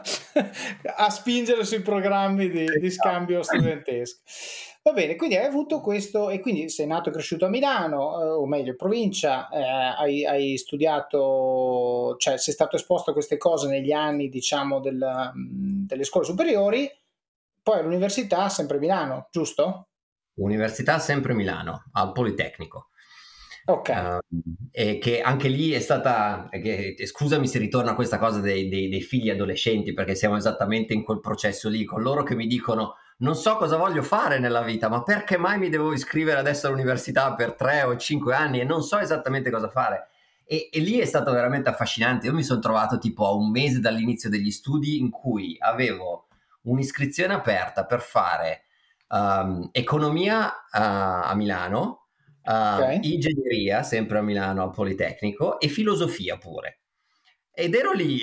a spingere sui programmi di, di scambio studentesco. Va bene, quindi hai avuto questo, e quindi sei nato e cresciuto a Milano, eh, o meglio in provincia, eh, hai, hai studiato, cioè sei stato esposto a queste cose negli anni, diciamo, del, delle scuole superiori, poi all'università sempre a Milano, giusto? Università sempre Milano, al Politecnico. Ok. Uh, e che anche lì è stata, che, scusami se ritorna a questa cosa dei, dei, dei figli adolescenti, perché siamo esattamente in quel processo lì, con loro che mi dicono non so cosa voglio fare nella vita, ma perché mai mi devo iscrivere adesso all'università per tre o cinque anni e non so esattamente cosa fare. E, e lì è stato veramente affascinante. Io mi sono trovato tipo a un mese dall'inizio degli studi in cui avevo un'iscrizione aperta per fare um, economia uh, a Milano, Uh, Okay. ingegneria sempre a Milano al Politecnico e filosofia pure, ed ero lì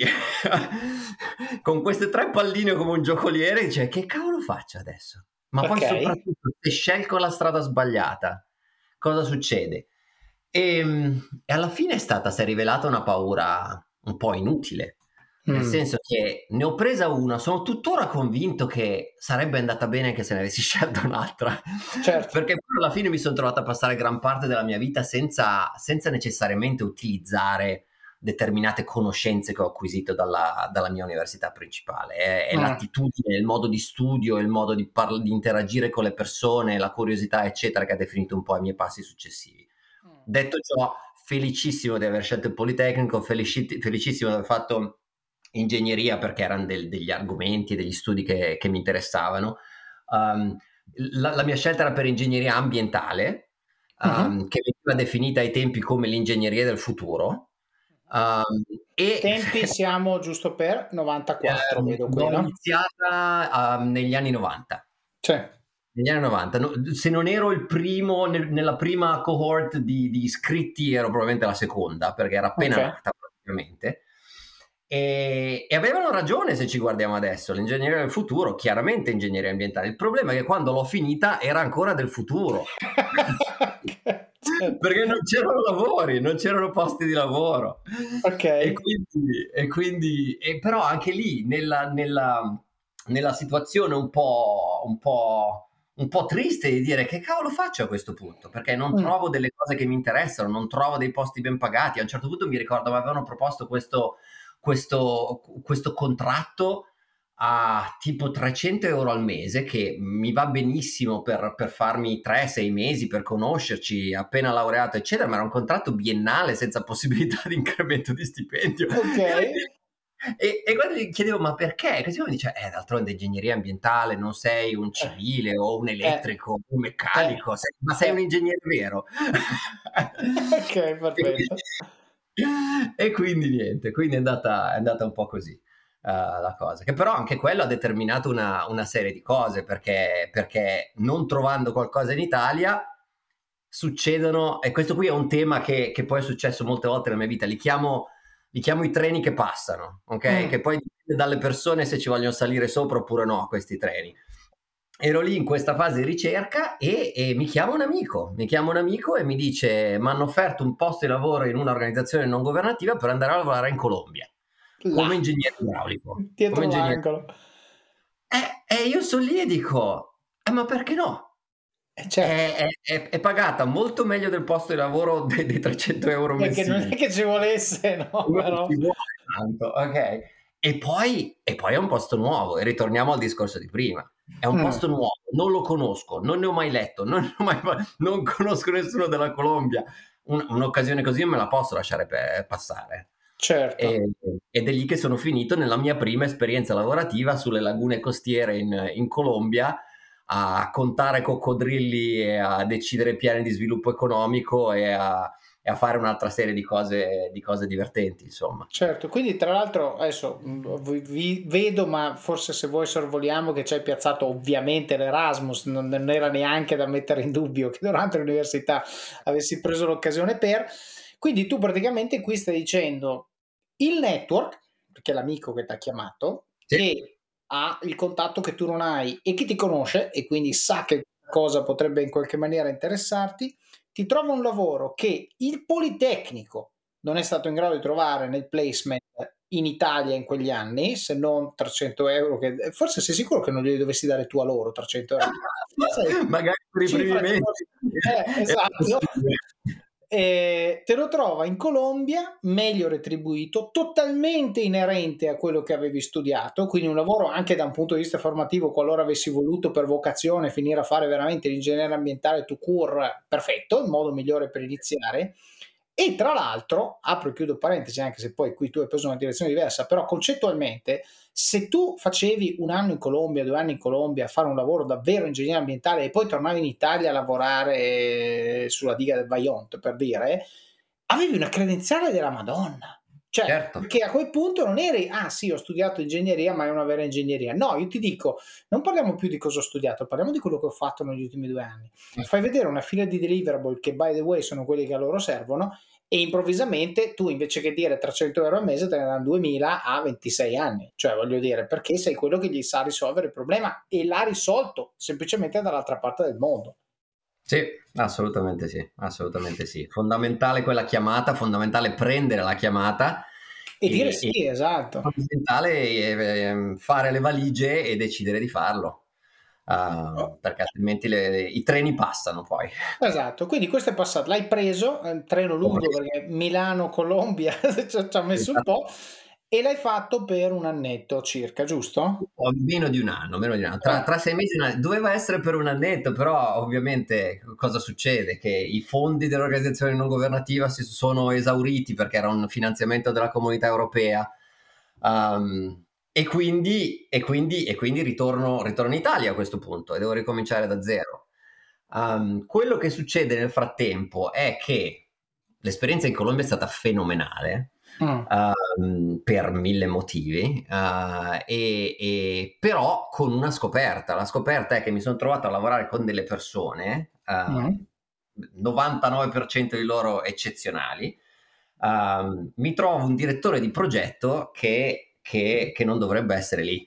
con queste tre palline come un giocoliere, cioè che cavolo faccio adesso? Ma poi Okay. soprattutto se scelgo la strada sbagliata cosa succede? E, e alla fine è stata, si è rivelata una paura un po' inutile, nel Mm. senso che ne ho presa una, sono tuttora convinto che sarebbe andata bene anche se ne avessi scelto un'altra, Certo. perché poi alla fine mi sono trovato a passare gran parte della mia vita senza, senza necessariamente utilizzare determinate conoscenze che ho acquisito dalla, dalla mia università principale. È, è Mm. l'attitudine, il modo di studio, il modo di, parla- di interagire con le persone, la curiosità, eccetera, che ha definito un po' i miei passi successivi. Detto ciò, felicissimo di aver scelto il Politecnico, felici- felicissimo di aver fatto ingegneria perché erano del, degli argomenti e degli studi che, che mi interessavano. Um, la, la mia scelta era per ingegneria ambientale, um, Mm-hmm. che veniva definita ai tempi come l'ingegneria del futuro. Um, e Tempi siamo giusto per novantaquattro, ehm, vedo qui, l'ho no? iniziata um, negli anni novanta. Sì. Negli anni novanta, no, se non ero il primo, nel, nella prima cohort di, di iscritti, ero probabilmente la seconda, perché era appena Ok. nata praticamente. E, e avevano ragione se ci guardiamo adesso, l'ingegneria del futuro, chiaramente ingegneria ambientale. Il problema è che quando l'ho finita era ancora del futuro. Certo. Perché non c'erano lavori, non c'erano posti di lavoro. Ok. E quindi, e quindi e però anche lì, nella, nella, nella situazione un po', un po', un po' triste di dire che cavolo faccio a questo punto, perché non Mm. trovo delle cose che mi interessano, non trovo dei posti ben pagati. A un certo punto mi ricordo mi avevano proposto questo, questo, questo contratto a tipo trecento euro al mese, che mi va benissimo per, per farmi tre sei mesi, per conoscerci, appena laureato, eccetera, ma era un contratto biennale senza possibilità di incremento di stipendio. Ok. E, e quando gli chiedevo ma perché? Così mi dice, eh, d'altronde ingegneria ambientale, non sei un Eh, civile o un eh, elettrico, un eh, meccanico, sei- ma sei un eh. ingegnere vero. Ok, E quindi, perfetto. e quindi niente, quindi è andata, è andata un po' così. Uh, la cosa, che però anche quello ha determinato una, una serie di cose, perché, perché non trovando qualcosa in Italia succedono, e questo qui è un tema che, che poi è successo molte volte nella mia vita, li chiamo, li chiamo i treni che passano, ok? Mm. Che poi dipende dalle persone se ci vogliono salire sopra oppure no a questi treni. Ero lì in questa fase di ricerca e, e mi chiama un amico, mi chiama un amico e mi dice mi hanno offerto un posto di lavoro in un'organizzazione non governativa per andare a lavorare in Colombia Là, come ingegnere idraulico. Come dietro ingegnere. l'angolo. E, e io sono lì e dico, eh, ma perché no? Eh, certo. È, è- è pagata molto meglio del posto di lavoro dei, dei trecento euro È che non mensili. è che ci volesse, no, Non però. ci vuole tanto, ok? E poi, e poi è un posto nuovo, e ritorniamo al discorso di prima. È un Mm. posto nuovo, non lo conosco, non ne ho mai letto, non, ne ho mai, non conosco nessuno della Colombia. Un- un'occasione così non me la posso lasciare pe- passare. Certo. E- ed è lì che sono finito nella mia prima esperienza lavorativa sulle lagune costiere in, in Colombia, a contare coccodrilli e a decidere piani di sviluppo economico e a, e e a fare un'altra serie di cose, di cose divertenti, insomma. Certo, quindi tra l'altro adesso vi, vi vedo, ma forse se vuoi sorvoliamo che ci hai piazzato ovviamente l'Erasmus, non, non era neanche da mettere in dubbio che durante l'università avessi preso l'occasione per... Quindi tu praticamente qui stai dicendo il network, perché è l'amico che ti ha chiamato, Sì. che ha il contatto che tu non hai e che ti conosce e quindi sa che cosa potrebbe in qualche maniera interessarti, ti trova un lavoro che il Politecnico non è stato in grado di trovare nel placement in Italia in quegli anni, se non trecento euro, che forse sei sicuro che non glieli dovessi dare tu a loro trecento euro? Sai, magari per i primi mesi. Eh, esatto. E te lo trova in Colombia, meglio retribuito, totalmente inerente a quello che avevi studiato, quindi un lavoro anche da un punto di vista formativo, qualora avessi voluto per vocazione finire a fare veramente l'ingegnere ambientale tout court, perfetto, il modo migliore per iniziare. E tra l'altro, apro e chiudo parentesi, anche se poi qui tu hai preso una direzione diversa, però concettualmente, se tu facevi un anno in Colombia, due anni in Colombia a fare un lavoro davvero ingegnere ambientale e poi tornavi in Italia a lavorare sulla diga del Vajont, per dire, avevi una credenziale della Madonna. Cioè, Certo. che a quel punto non eri, ah sì, ho studiato ingegneria, ma è una vera ingegneria. No, io ti dico, non parliamo più di cosa ho studiato, parliamo di quello che ho fatto negli ultimi due anni. Fai vedere una fila di deliverable che, by the way, sono quelli che a loro servono, e improvvisamente tu invece che dire trecento euro al mese te ne danno duemila a ventisei anni, cioè voglio dire, perché sei quello che gli sa risolvere il problema e l'ha risolto semplicemente dall'altra parte del mondo. Sì, assolutamente sì, assolutamente sì. Fondamentale quella chiamata, fondamentale prendere la chiamata e, e dire sì, e esatto. Fondamentale fare le valigie e decidere di farlo. Uh, oh. Perché altrimenti le, i treni passano poi. Esatto, quindi questo è passato, l'hai preso, è un treno lungo perché Milano-Colombia ci ha messo un po', e l'hai fatto per un annetto circa, giusto? O meno di un anno, meno di un anno. Tra, tra sei mesi doveva essere per un annetto, però ovviamente cosa succede? Che i fondi dell'organizzazione non governativa si sono esauriti perché era un finanziamento della comunità europea. Um, E quindi, e quindi, e quindi ritorno, ritorno in Italia a questo punto e devo ricominciare da zero. Um, quello che succede nel frattempo è che l'esperienza in Colombia è stata fenomenale, mm. um, per mille motivi, uh, e, e però con una scoperta. La scoperta è che mi sono trovato a lavorare con delle persone, uh, mm. novantanove per cento di loro eccezionali. Uh, mi trovo un direttore di progetto che Che, che non dovrebbe essere lì,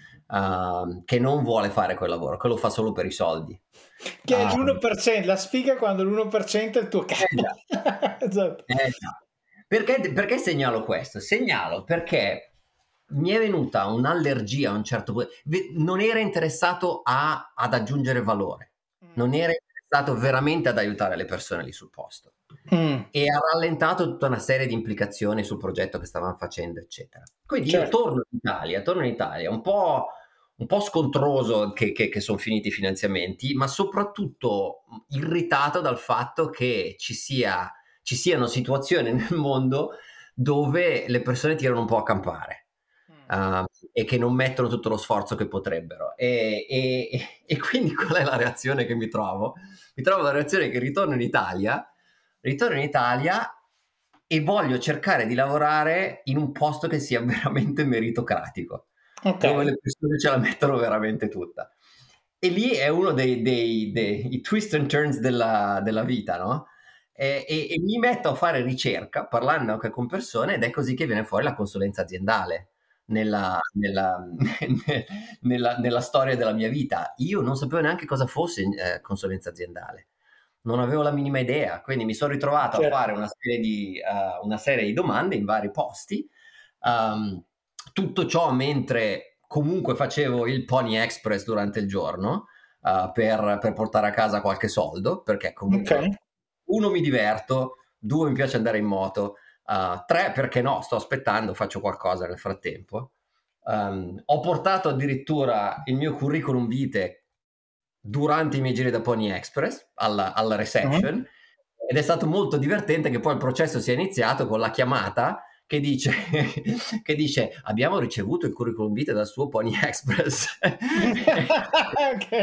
uh, che non vuole fare quel lavoro, che lo fa solo per i soldi. Che è l'uno per cento, la sfiga quando l'uno per cento è il tuo capo. Eh, esatto. Eh, perché, perché segnalo questo? Segnalo perché mi è venuta un'allergia a un certo punto. Non era interessato a, ad aggiungere valore, non era interessato veramente ad aiutare le persone lì sul posto. Mm. E ha rallentato tutta una serie di implicazioni sul progetto che stavamo facendo, eccetera. Quindi certo. Io torno in Italia, torno in Italia un po', un po' scontroso che, che, che sono finiti i finanziamenti, ma soprattutto irritato dal fatto che ci, sia, ci siano situazioni nel mondo dove le persone tirano un po' a campare. Uh, e che non mettono tutto lo sforzo che potrebbero e, e, e quindi qual è la reazione che mi trovo? Mi trovo la reazione che ritorno in Italia ritorno in Italia e voglio cercare di lavorare in un posto che sia veramente meritocratico, okay. Dove le persone ce la mettono veramente tutta. E lì è uno dei, dei, dei, dei twist and turns della, della vita, no? E, e, e mi metto a fare ricerca parlando anche con persone ed è così che viene fuori la consulenza aziendale nella, nella, nella, nella storia della mia vita. Io non sapevo neanche cosa fosse eh, consulenza aziendale. Non avevo la minima idea, quindi mi sono ritrovato certo. a fare una serie di, uh, una serie di domande in vari posti, um, tutto ciò mentre comunque facevo il Pony Express durante il giorno uh, per, per portare a casa qualche soldo, perché comunque okay. uno mi diverto, due mi piace andare in moto, uh, tre perché no, sto aspettando, faccio qualcosa nel frattempo. Um, ho portato addirittura il mio curriculum vitae durante i miei giri da Pony Express alla, alla reception uh-huh. ed è stato molto divertente che poi il processo sia iniziato con la chiamata che dice, che dice abbiamo ricevuto il curriculum vitae dal suo Pony Express. Ok.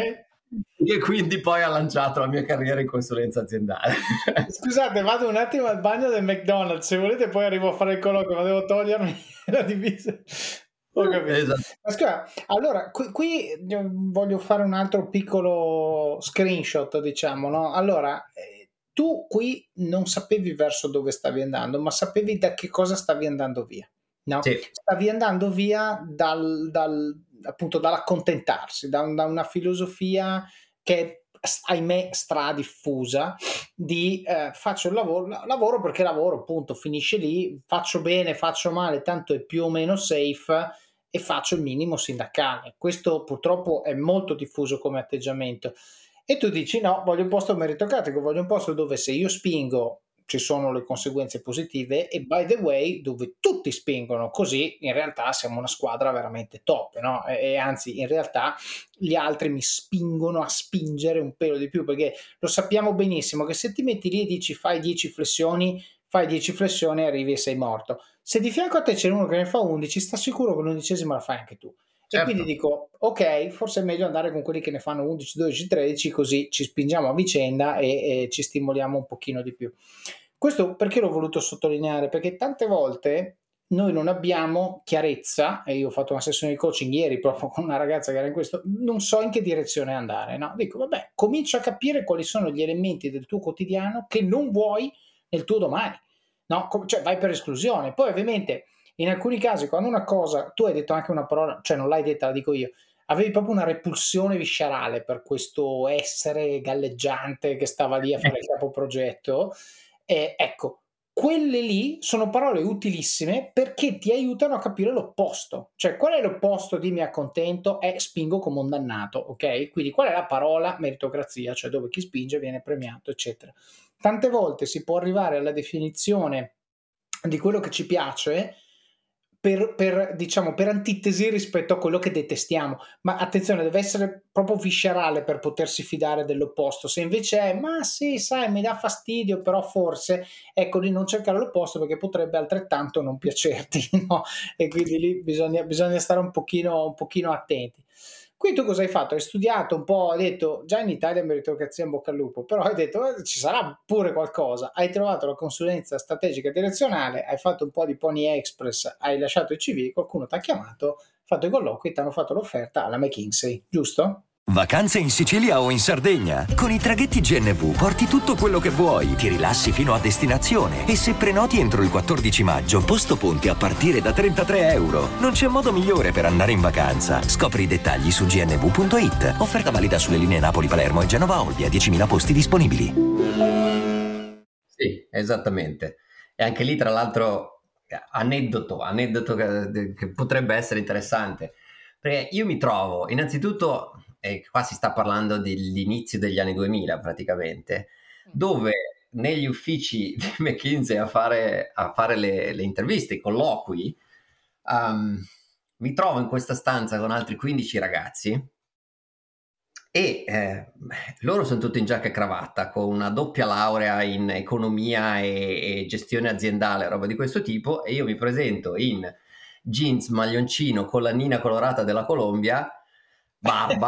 e quindi poi ha lanciato la mia carriera in consulenza aziendale. Scusate, vado un attimo al bagno del McDonald's, se volete poi arrivo a fare il colloquio, ma devo togliermi la divisa. Ho capito. Esatto. Ma scusa, allora, qui, qui voglio fare un altro piccolo screenshot, diciamo, no? Allora, eh, tu qui non sapevi verso dove stavi andando, ma sapevi da che cosa stavi andando via, no? Sì. Stavi andando via dal, dal appunto dall'accontentarsi, da, da una filosofia che ahimè stradiffusa di eh, faccio il lavoro, lavoro perché lavoro, punto, finisce lì, faccio bene, faccio male, tanto è più o meno safe e faccio il minimo sindacale. Questo purtroppo è molto diffuso come atteggiamento. E tu dici no, voglio un posto meritocratico, voglio un posto dove se io spingo ci sono le conseguenze positive e by the way dove tutti spingono, così in realtà siamo una squadra veramente top, no? E, e anzi in realtà gli altri mi spingono a spingere un pelo di più, perché lo sappiamo benissimo che se ti metti lì e dici fai dieci flessioni, fai dieci flessioni, arrivi e sei morto. Se di fianco a te c'è uno che ne fa undici, sta sicuro che l'undicesima la fai anche tu. Certo. E quindi dico, ok, forse è meglio andare con quelli che ne fanno undici, dodici, tredici, così ci spingiamo a vicenda e, e ci stimoliamo un pochino di più. Questo perché l'ho voluto sottolineare? Perché tante volte noi non abbiamo chiarezza, e io ho fatto una sessione di coaching ieri proprio con una ragazza che era in questo, non so in che direzione andare, no? Dico, vabbè, comincia a capire quali sono gli elementi del tuo quotidiano che non vuoi nel tuo domani, no? Cioè vai per esclusione. Poi ovviamente in alcuni casi quando una cosa, tu hai detto anche una parola, cioè non l'hai detta, la dico io, avevi proprio una repulsione viscerale per questo essere galleggiante che stava lì a fare il capoprogetto. Eh, ecco, quelle lì sono parole utilissime perché ti aiutano a capire l'opposto. Cioè, qual è l'opposto di mi accontento? È spingo come un dannato, ok? Quindi qual è la parola? Meritocrazia, cioè dove chi spinge viene premiato, eccetera. Tante volte si può arrivare alla definizione di quello che ci piace per, per, diciamo, per antitesi rispetto a quello che detestiamo, ma attenzione, deve essere proprio viscerale per potersi fidare dell'opposto. Se invece è ma sì, sai, mi dà fastidio, però forse, ecco, di non cercare l'opposto perché potrebbe altrettanto non piacerti, no? E quindi lì bisogna, bisogna stare un pochino, un pochino attenti. Qui tu cosa hai fatto? Hai studiato un po', hai detto già in Italia meritocrazia in bocca al lupo, però hai detto eh, ci sarà pure qualcosa. Hai trovato la consulenza strategica e direzionale, hai fatto un po' di Pony Express, hai lasciato il C V, qualcuno ti ha chiamato, fatto i colloqui e ti hanno fatto l'offerta alla McKinsey, giusto? Vacanze in Sicilia o in Sardegna? Con i traghetti G N V porti tutto quello che vuoi, ti rilassi fino a destinazione e se prenoti entro il quattordici maggio, posto ponti a partire da trentatré euro. Non c'è modo migliore per andare in vacanza. Scopri i dettagli su g n v punto i t. Offerta valida sulle linee Napoli-Palermo e Genova-Olbia, diecimila posti disponibili. Sì, esattamente. E anche lì, tra l'altro, aneddoto, aneddoto che, che potrebbe essere interessante. Perché io mi trovo, innanzitutto, e qua si sta parlando dell'inizio degli anni duemila praticamente, dove negli uffici di McKinsey a fare, a fare le, le interviste, i colloqui, um, mi trovo in questa stanza con altri quindici ragazzi e eh, loro sono tutti in giacca e cravatta con una doppia laurea in economia e, e gestione aziendale, roba di questo tipo, e io mi presento in jeans, maglioncino, collanina colorata della Colombia, barba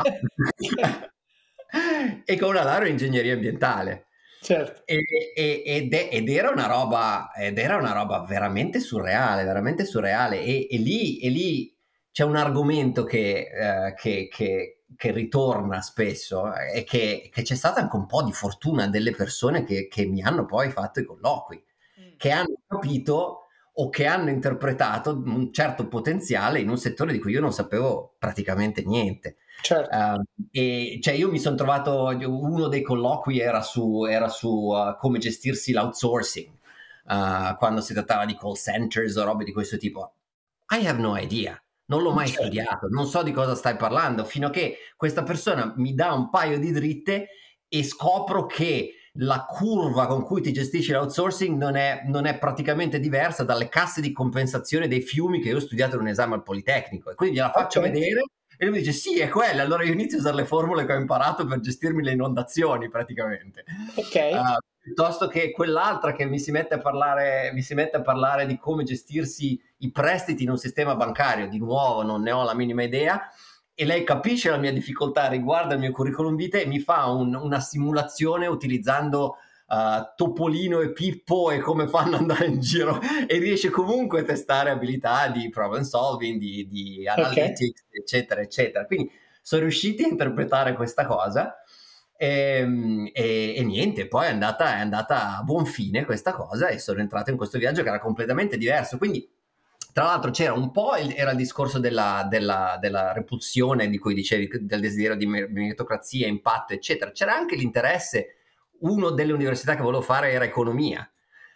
e con una laurea in ingegneria ambientale. Certo. E, e, ed, è, ed era una roba ed era una roba veramente surreale, veramente surreale. E, e, lì, e lì c'è un argomento che, eh, che, che, che ritorna spesso e eh, che, che c'è stata anche un po' di fortuna delle persone che, che mi hanno poi fatto i colloqui, mm. che hanno capito o che hanno interpretato un certo potenziale in un settore di cui io non sapevo praticamente niente. Certo. Uh, e cioè io mi sono trovato, uno dei colloqui era su, era su uh, come gestirsi l'outsourcing, uh, quando si trattava di call centers o robe di questo tipo. I have no idea, non l'ho mai certo. studiato, non so di cosa stai parlando, fino a che questa persona mi dà un paio di dritte e scopro che la curva con cui ti gestisci l'outsourcing non è, non è praticamente diversa dalle casse di compensazione dei fiumi che io ho studiato in un esame al Politecnico, e quindi gliela faccio okay. vedere e lui mi dice sì, è quella. Allora io inizio a usare le formule che ho imparato per gestirmi le inondazioni praticamente, okay. uh, piuttosto che quell'altra che mi si mette a parlare mi si mette a parlare di come gestirsi i prestiti in un sistema bancario. Di nuovo non ne ho la minima idea, e lei capisce la mia difficoltà, riguarda il mio curriculum vitae e mi fa un, una simulazione utilizzando uh, Topolino e Pippo e come fanno ad andare in giro, e riesce comunque a testare abilità di problem solving, di, di analytics, okay, eccetera, eccetera. Quindi sono riusciti a interpretare questa cosa. E, e, e niente, poi è andata, è andata a buon fine questa cosa e sono entrato in questo viaggio che era completamente diverso. Quindi tra l'altro c'era un po' il, era il discorso della, della, della repulsione di cui dicevi, del desiderio di meritocrazia, impatto eccetera. C'era anche l'interesse, uno delle università che volevo fare era economia.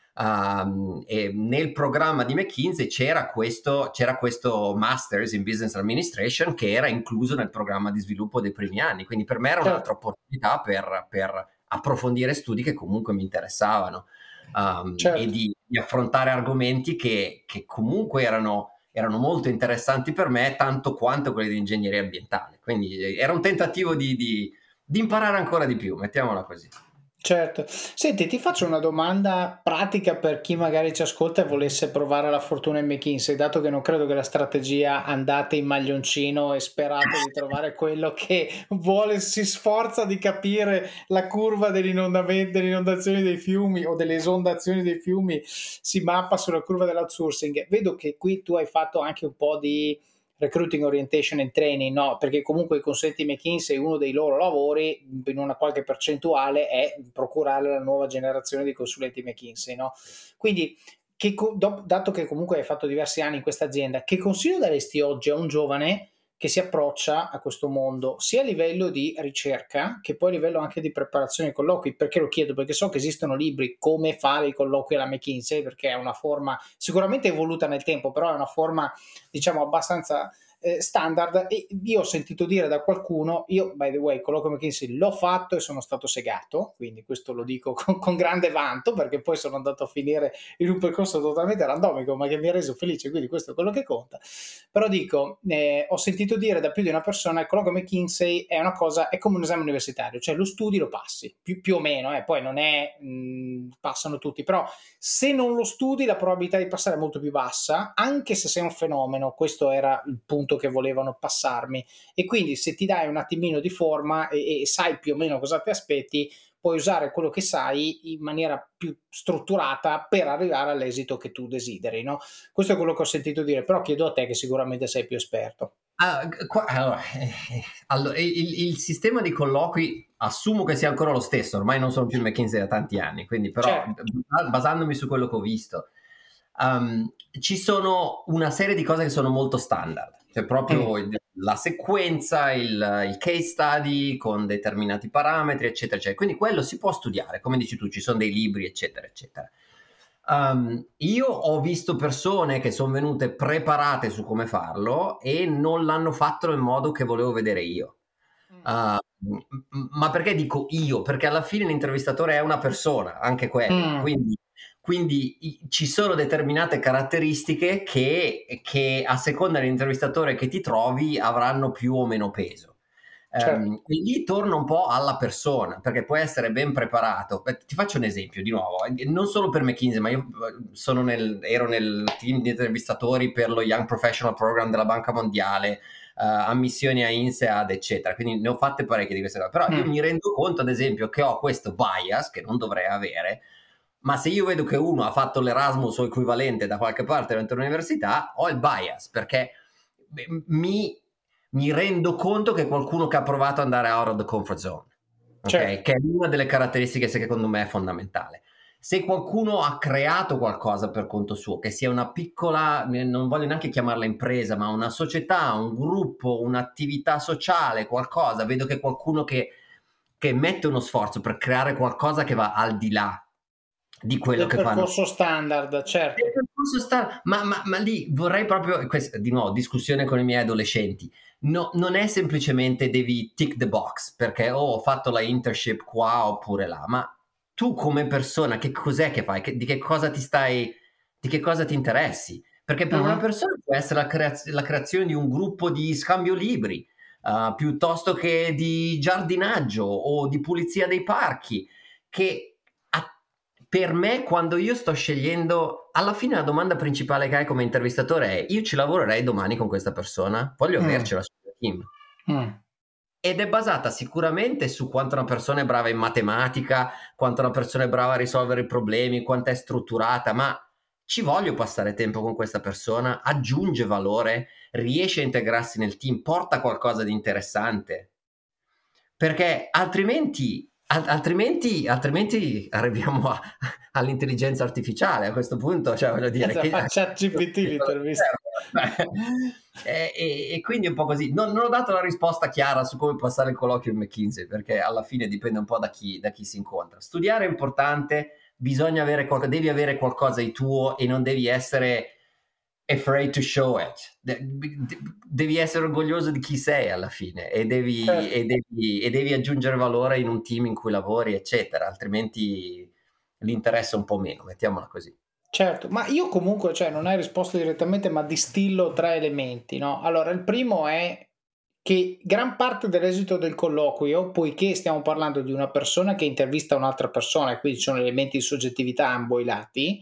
Um, e nel programma di McKinsey c'era questo, c'era questo Masters in Business Administration che era incluso nel programma di sviluppo dei primi anni, quindi per me era un'altra opportunità per, per approfondire studi che comunque mi interessavano, um, certo. e di, di affrontare argomenti che, che comunque erano, erano molto interessanti per me, tanto quanto quelli di ingegneria ambientale, quindi era un tentativo di, di, di imparare ancora di più, mettiamola così. Certo. Senti, ti faccio una domanda pratica per chi magari ci ascolta e volesse provare la fortuna in McKinsey, dato che non credo che la strategia andate in maglioncino e sperate di trovare quello che vuole, si sforza di capire la curva dell'inondamento, delle inondazioni dei fiumi o delle esondazioni dei fiumi, si mappa sulla curva dell'outsourcing. Vedo che qui tu hai fatto anche un po' di recruiting orientation and training, no? Perché comunque i consulenti McKinsey, uno dei loro lavori in una qualche percentuale è procurare la nuova generazione di consulenti McKinsey, no? Quindi che, dato che comunque hai fatto diversi anni in questa azienda, che consiglio daresti oggi a un giovane che si approccia a questo mondo, sia a livello di ricerca che poi a livello anche di preparazione ai colloqui? Perché lo chiedo? Perché so che esistono libri come fare i colloqui alla McKinsey, perché è una forma sicuramente evoluta nel tempo, però è una forma, diciamo, abbastanza eh, standard, e io ho sentito dire da qualcuno, io by the way il colloquio McKinsey l'ho fatto e sono stato segato, quindi questo lo dico con, con grande vanto, perché poi sono andato a finire in un percorso totalmente randomico ma che mi ha reso felice, quindi questo è quello che conta. Però dico, eh, ho sentito dire da più di una persona, il colloquio McKinsey è una cosa, è come un esame universitario, cioè lo studi, lo passi, più, più o meno, eh, poi non è, mh, passano tutti, però se non lo studi la probabilità di passare è molto più bassa, anche se sei un fenomeno. Questo era il punto che volevano passarmi, e quindi se ti dai un attimino di forma e, e sai più o meno cosa ti aspetti, puoi usare quello che sai in maniera più strutturata per arrivare all'esito che tu desideri, no? Questo è quello che ho sentito dire, però chiedo a te che sicuramente sei più esperto. Ah, qua, allora, eh, allora il, il sistema di colloqui assumo che sia ancora lo stesso, ormai non sono più in McKinsey da tanti anni, quindi però certo. basandomi su quello che ho visto, um, ci sono una serie di cose che sono molto standard, cioè proprio mm. la sequenza, il, il case study con determinati parametri, eccetera, eccetera. Quindi quello si può studiare, come dici tu, ci sono dei libri, eccetera, eccetera. Um, io ho visto persone che sono venute preparate su come farlo e non l'hanno fatto nel modo che volevo vedere io. Uh, ma perché dico io? Perché alla fine l'intervistatore è una persona, anche quello, mm. quindi, quindi i, ci sono determinate caratteristiche che, che a seconda dell'intervistatore che ti trovi avranno più o meno peso. Certo. Um, e lì torna un po' alla persona, perché puoi essere ben preparato. Ti faccio un esempio di nuovo, non solo per McKinsey, ma io sono nel, ero nel team di intervistatori per lo Young Professional Program della Banca Mondiale, uh, ammissioni a INSEAD, eccetera, quindi ne ho fatte parecchie di queste cose, però mm. io mi rendo conto ad esempio che ho questo bias che non dovrei avere, ma se io vedo che uno ha fatto l'Erasmus o equivalente da qualche parte dentro l'università, ho il bias, perché mi mi rendo conto che qualcuno che ha provato ad andare out of the comfort zone, okay? Certo. Che è una delle caratteristiche che secondo me è fondamentale. Se qualcuno ha creato qualcosa per conto suo, che sia una piccola, non voglio neanche chiamarla impresa, ma una società, un gruppo, un'attività sociale, qualcosa, vedo che qualcuno che, che mette uno sforzo per creare qualcosa che va al di là di quello del che fanno. Il percorso standard, certo. Il percorso standard, ma, ma, ma lì vorrei proprio, questa, di nuovo, discussione con i miei adolescenti. No, non è semplicemente devi tick the box perché oh, ho fatto la internship qua oppure là, ma tu come persona che cos'è che fai? Che, di che cosa ti stai, di che cosa ti interessi? Perché per uh-huh. una persona può essere la, creaz- la creazione di un gruppo di scambio libri, uh, piuttosto che di giardinaggio o di pulizia dei parchi, che a, per me quando io sto scegliendo, alla fine la domanda principale che hai come intervistatore è: io ci lavorerei domani con questa persona? Voglio mm. avercela sul team. Mm. Ed è basata sicuramente su quanto una persona è brava in matematica, quanto una persona è brava a risolvere i problemi, quanto è strutturata, ma ci voglio passare tempo con questa persona, aggiunge valore, riesce a integrarsi nel team, porta qualcosa di interessante. Perché altrimenti, al- altrimenti, altrimenti arriviamo a- all'intelligenza artificiale a questo punto, cioè voglio dire che... A ChatGPT l'intervista. e, e, e quindi è un po' così. Non, non ho dato la risposta chiara su come passare il colloquio in McKinsey, perché alla fine dipende un po' da chi, da chi si incontra. Studiare è importante, bisogna avere qualcosa, devi avere qualcosa di tuo e non devi essere afraid to show it. De- de- devi essere orgoglioso di chi sei alla fine e devi, Certo. e devi, e devi aggiungere valore in un team in cui lavori, eccetera, altrimenti l'interesse è un po' meno, mettiamola così. Certo, ma io comunque, cioè non hai risposto direttamente, ma distillo tre elementi, no? Allora, il primo è che gran parte dell'esito del colloquio, poiché stiamo parlando di una persona che intervista un'altra persona, e quindi ci sono elementi di soggettività a ambo i lati,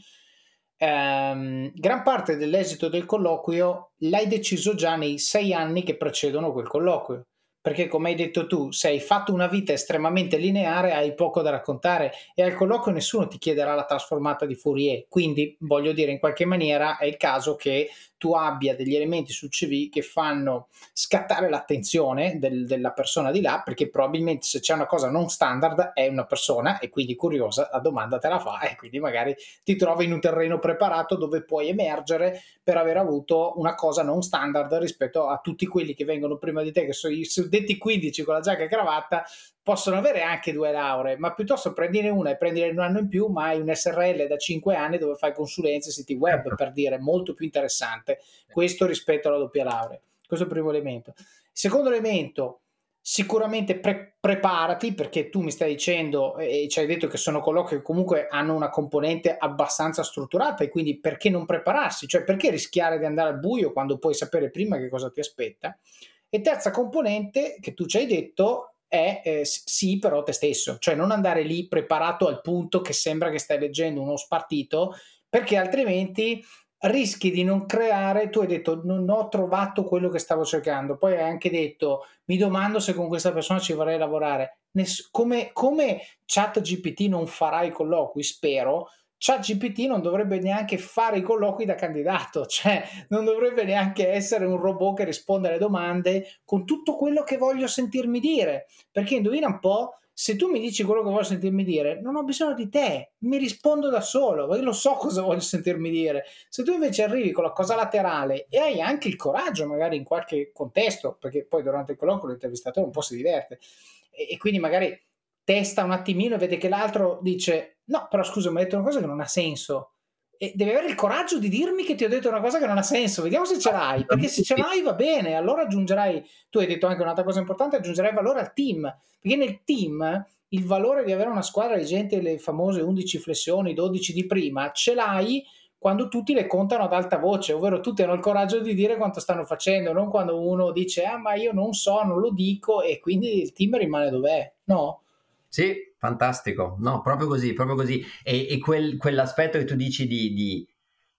ehm, gran parte dell'esito del colloquio l'hai deciso già nei sei anni che precedono quel colloquio. Perché come hai detto tu, se hai fatto una vita estremamente lineare hai poco da raccontare e al colloquio nessuno ti chiederà la trasformata di Fourier, quindi voglio dire in qualche maniera è il caso che tu abbia degli elementi sul C V che fanno scattare l'attenzione del, della persona di là, perché probabilmente se c'è una cosa non standard è una persona e quindi curiosa, la domanda te la fa e quindi magari ti trovi in un terreno preparato dove puoi emergere per aver avuto una cosa non standard rispetto a tutti quelli che vengono prima di te, che sono i suddetti quindici con la giacca e cravatta, possono avere anche due lauree, ma piuttosto prendine una e prendine un anno in più, ma hai un S R L da cinque anni dove fai consulenze, siti web, per dire, molto più interessante questo rispetto alla doppia laurea. Questo è il primo elemento. Il secondo elemento, sicuramente pre- preparati, perché tu mi stai dicendo e ci hai detto che sono colloqui che comunque hanno una componente abbastanza strutturata e quindi perché non prepararsi? Cioè perché rischiare di andare al buio quando puoi sapere prima che cosa ti aspetta? E terza componente che tu ci hai detto è eh, sì però te stesso, cioè non andare lì preparato al punto che sembra che stai leggendo uno spartito, perché altrimenti rischi di non creare. Tu hai detto non ho trovato quello che stavo cercando, poi hai anche detto mi domando se con questa persona ci vorrei lavorare. Ness- come, come ChatGPT non farà i colloqui, spero, ChatGPT non dovrebbe neanche fare i colloqui da candidato, cioè non dovrebbe neanche essere un robot che risponde alle domande con tutto quello che voglio sentirmi dire, perché indovina un po', se tu mi dici quello che voglio sentirmi dire, non ho bisogno di te, mi rispondo da solo, io lo so cosa voglio sentirmi dire. Se tu invece arrivi con la cosa laterale e hai anche il coraggio, magari in qualche contesto, perché poi durante il colloquio l'intervistatore un po' si diverte, e, e quindi magari testa un attimino e vede che l'altro dice no, però scusa, mi hai detto una cosa che non ha senso. E devi avere il coraggio di dirmi che ti ho detto una cosa che non ha senso. Vediamo se ce l'hai, perché se ce l'hai va bene, allora aggiungerai, tu hai detto anche un'altra cosa importante, aggiungerai valore al team, perché nel team il valore di avere una squadra di gente, le famose undici flessioni, dodici di prima, ce l'hai quando tutti le contano ad alta voce, ovvero tutti hanno il coraggio di dire quanto stanno facendo, non quando uno dice ah ma io non so, non lo dico e quindi il team rimane dov'è, no? Sì, fantastico, no, proprio così, proprio così. E, e quel, quell'aspetto che tu dici di, di,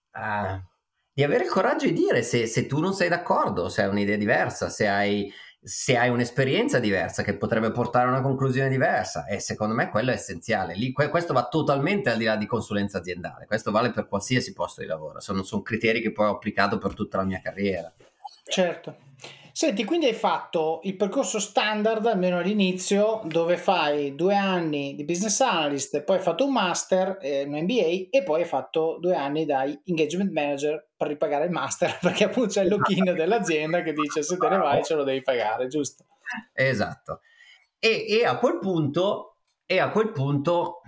uh, di avere il coraggio di dire se, se tu non sei d'accordo, se hai un'idea diversa, se hai, se hai un'esperienza diversa che potrebbe portare a una conclusione diversa. E secondo me quello è essenziale. Lì, que- questo va totalmente al di là di consulenza aziendale, questo vale per qualsiasi posto di lavoro. Sono, sono criteri che poi ho applicato per tutta la mia carriera. Certo. Senti, quindi hai fatto il percorso standard, almeno all'inizio, dove fai due anni di business analyst, poi hai fatto un master, eh, un M B A e poi hai fatto due anni da engagement manager per ripagare il master, perché appunto c'è il lock-in dell'azienda che dice se te ne vai ce lo devi pagare, giusto? Esatto. E, e a quel punto, e a quel punto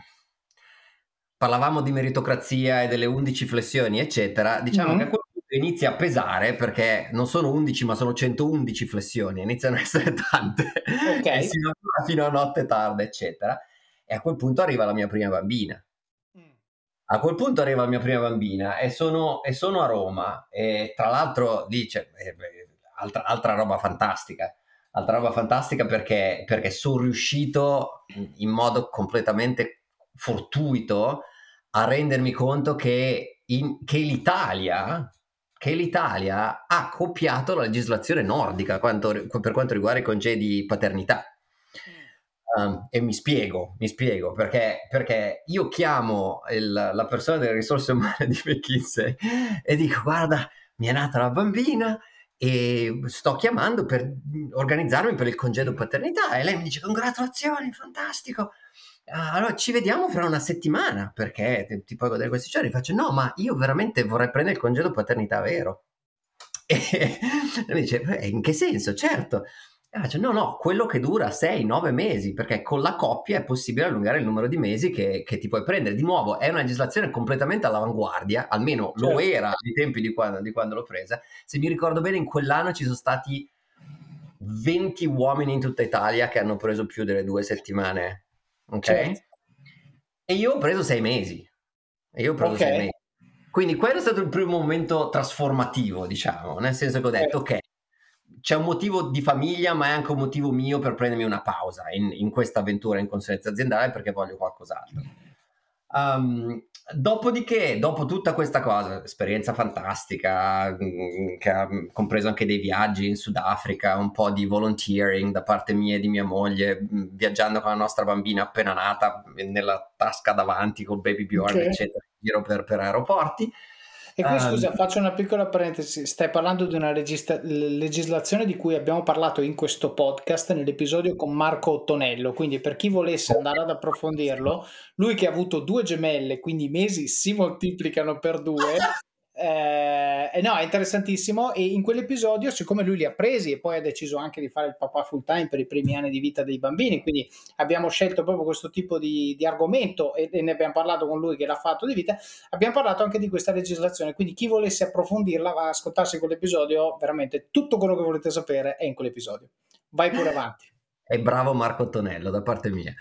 parlavamo di meritocrazia e delle undici flessioni, eccetera. Diciamo che a Mm. quel punto inizia a pesare perché non sono undici, ma sono centoundici flessioni, iniziano a essere tante Ok. e si lavora fino a notte tarda, eccetera. E a quel punto arriva la mia prima bambina. Mm. A quel punto arriva la mia prima bambina e sono, e sono a Roma e tra l'altro dice eh, altra, altra roba fantastica. Altra roba fantastica perché, perché sono riuscito in modo completamente fortuito a rendermi conto che, in, che l'Italia che l'Italia ha copiato la legislazione nordica quanto, per quanto riguarda i congedi paternità. Um, e mi spiego, mi spiego perché, perché io chiamo il, la persona delle risorse umane di McKinsey e dico: guarda, mi è nata la bambina e sto chiamando per organizzarmi per il congedo paternità, e lei mi dice: congratulazioni, fantastico, allora ci vediamo fra una settimana perché ti, ti puoi godere questi giorni. Faccio: no, ma io veramente vorrei prendere il congedo paternità vero. E mi dice: in che senso? Certo. E faccio: no, no, quello che dura sei nove mesi, perché con la coppia è possibile allungare il numero di mesi che, che ti puoi prendere. Di nuovo, è una legislazione completamente all'avanguardia, almeno certo. Lo era ai tempi di quando, di quando l'ho presa. Se mi ricordo bene, in quell'anno ci sono stati venti uomini in tutta Italia che hanno preso più delle due settimane, ok? Certo. E io ho preso sei mesi. E io ho preso okay. sei mesi. Quindi quello è stato il primo momento trasformativo, diciamo, nel senso che ho detto: ok, c'è un motivo di famiglia, ma è anche un motivo mio per prendermi una pausa in, in questa avventura in consulenza aziendale, perché voglio qualcos'altro. Um, dopodiché, dopo tutta questa cosa, esperienza fantastica, che ha compreso anche dei viaggi in Sudafrica, un po' di volunteering da parte mia e di mia moglie, viaggiando con la nostra bambina appena nata nella tasca davanti col baby Bjorn, okay. eccetera, in giro per, per aeroporti. E qui, um, scusa, faccio una piccola parentesi. Stai parlando di una registra- legislazione di cui abbiamo parlato in questo podcast nell'episodio con Marco Ottonello, quindi per chi volesse andare ad approfondirlo, lui che ha avuto due gemelle, quindi i mesi si moltiplicano per due. Eh, eh, no, è interessantissimo, e in quell'episodio, siccome lui li ha presi e poi ha deciso anche di fare il papà full time per i primi anni di vita dei bambini, quindi abbiamo scelto proprio questo tipo di, di argomento e, e ne abbiamo parlato con lui che l'ha fatto di vita. Abbiamo parlato anche di questa legislazione, quindi chi volesse approfondirla va a ascoltarsi quell'episodio. Veramente tutto quello che volete sapere è in quell'episodio. Vai pure avanti. E bravo Marco Ottonello da parte mia.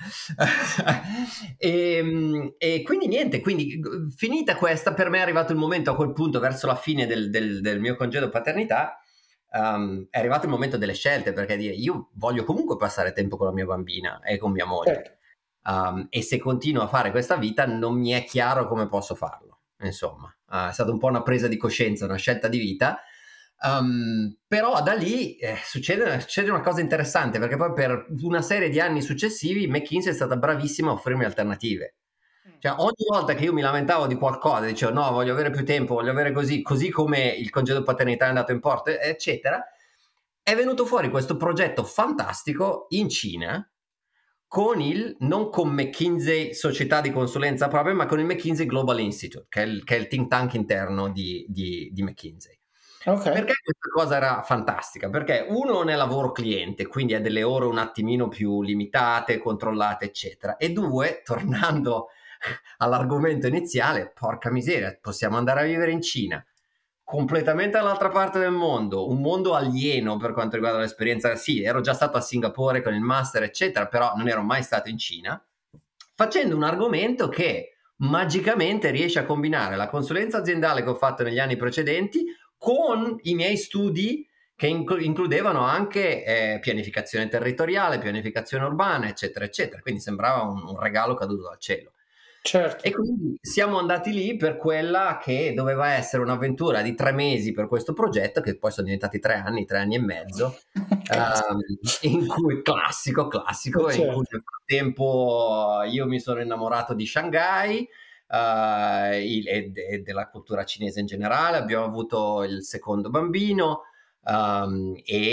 e, e quindi niente, quindi finita questa, per me è arrivato il momento, a quel punto, verso la fine del, del, del mio congedo paternità, um, è arrivato il momento delle scelte, perché dire, io voglio comunque passare tempo con la mia bambina e con mia moglie. Certo. Um, e se continuo a fare questa vita non mi è chiaro come posso farlo. Insomma, uh, è stata un po' una presa di coscienza, una scelta di vita. Um, però da lì eh, succede, succede una cosa interessante, perché poi per una serie di anni successivi McKinsey è stata bravissima a offrirmi alternative. Cioè ogni volta che io mi lamentavo di qualcosa, dicevo no, voglio avere più tempo, voglio avere così, così come il congedo paternità è andato in porto, eccetera, è venuto fuori questo progetto fantastico in Cina, con il, non con McKinsey società di consulenza proprio, ma con il McKinsey Global Institute, che è il, che è il think tank interno di, di, di McKinsey. Okay. Perché questa cosa era fantastica? Perché uno non è lavoro cliente, quindi ha delle ore un attimino più limitate, controllate, eccetera. E due, tornando all'argomento iniziale, porca miseria, possiamo andare a vivere in Cina, completamente dall'altra parte del mondo, un mondo alieno per quanto riguarda l'esperienza. Sì, ero già stato a Singapore con il master, eccetera, però non ero mai stato in Cina, facendo un argomento che magicamente riesce a combinare la consulenza aziendale che ho fatto negli anni precedenti con i miei studi che inc- includevano anche eh, pianificazione territoriale, pianificazione urbana, eccetera, eccetera. Quindi sembrava un, un regalo caduto dal cielo. Certo. E quindi siamo andati lì per quella che doveva essere un'avventura di tre mesi per questo progetto, che poi sono diventati tre anni, tre anni e mezzo, um, in cui classico, classico, certo. In cui nel frattempo io mi sono innamorato di Shanghai, Uh, il, e, e della cultura cinese in generale. Abbiamo avuto il secondo bambino um,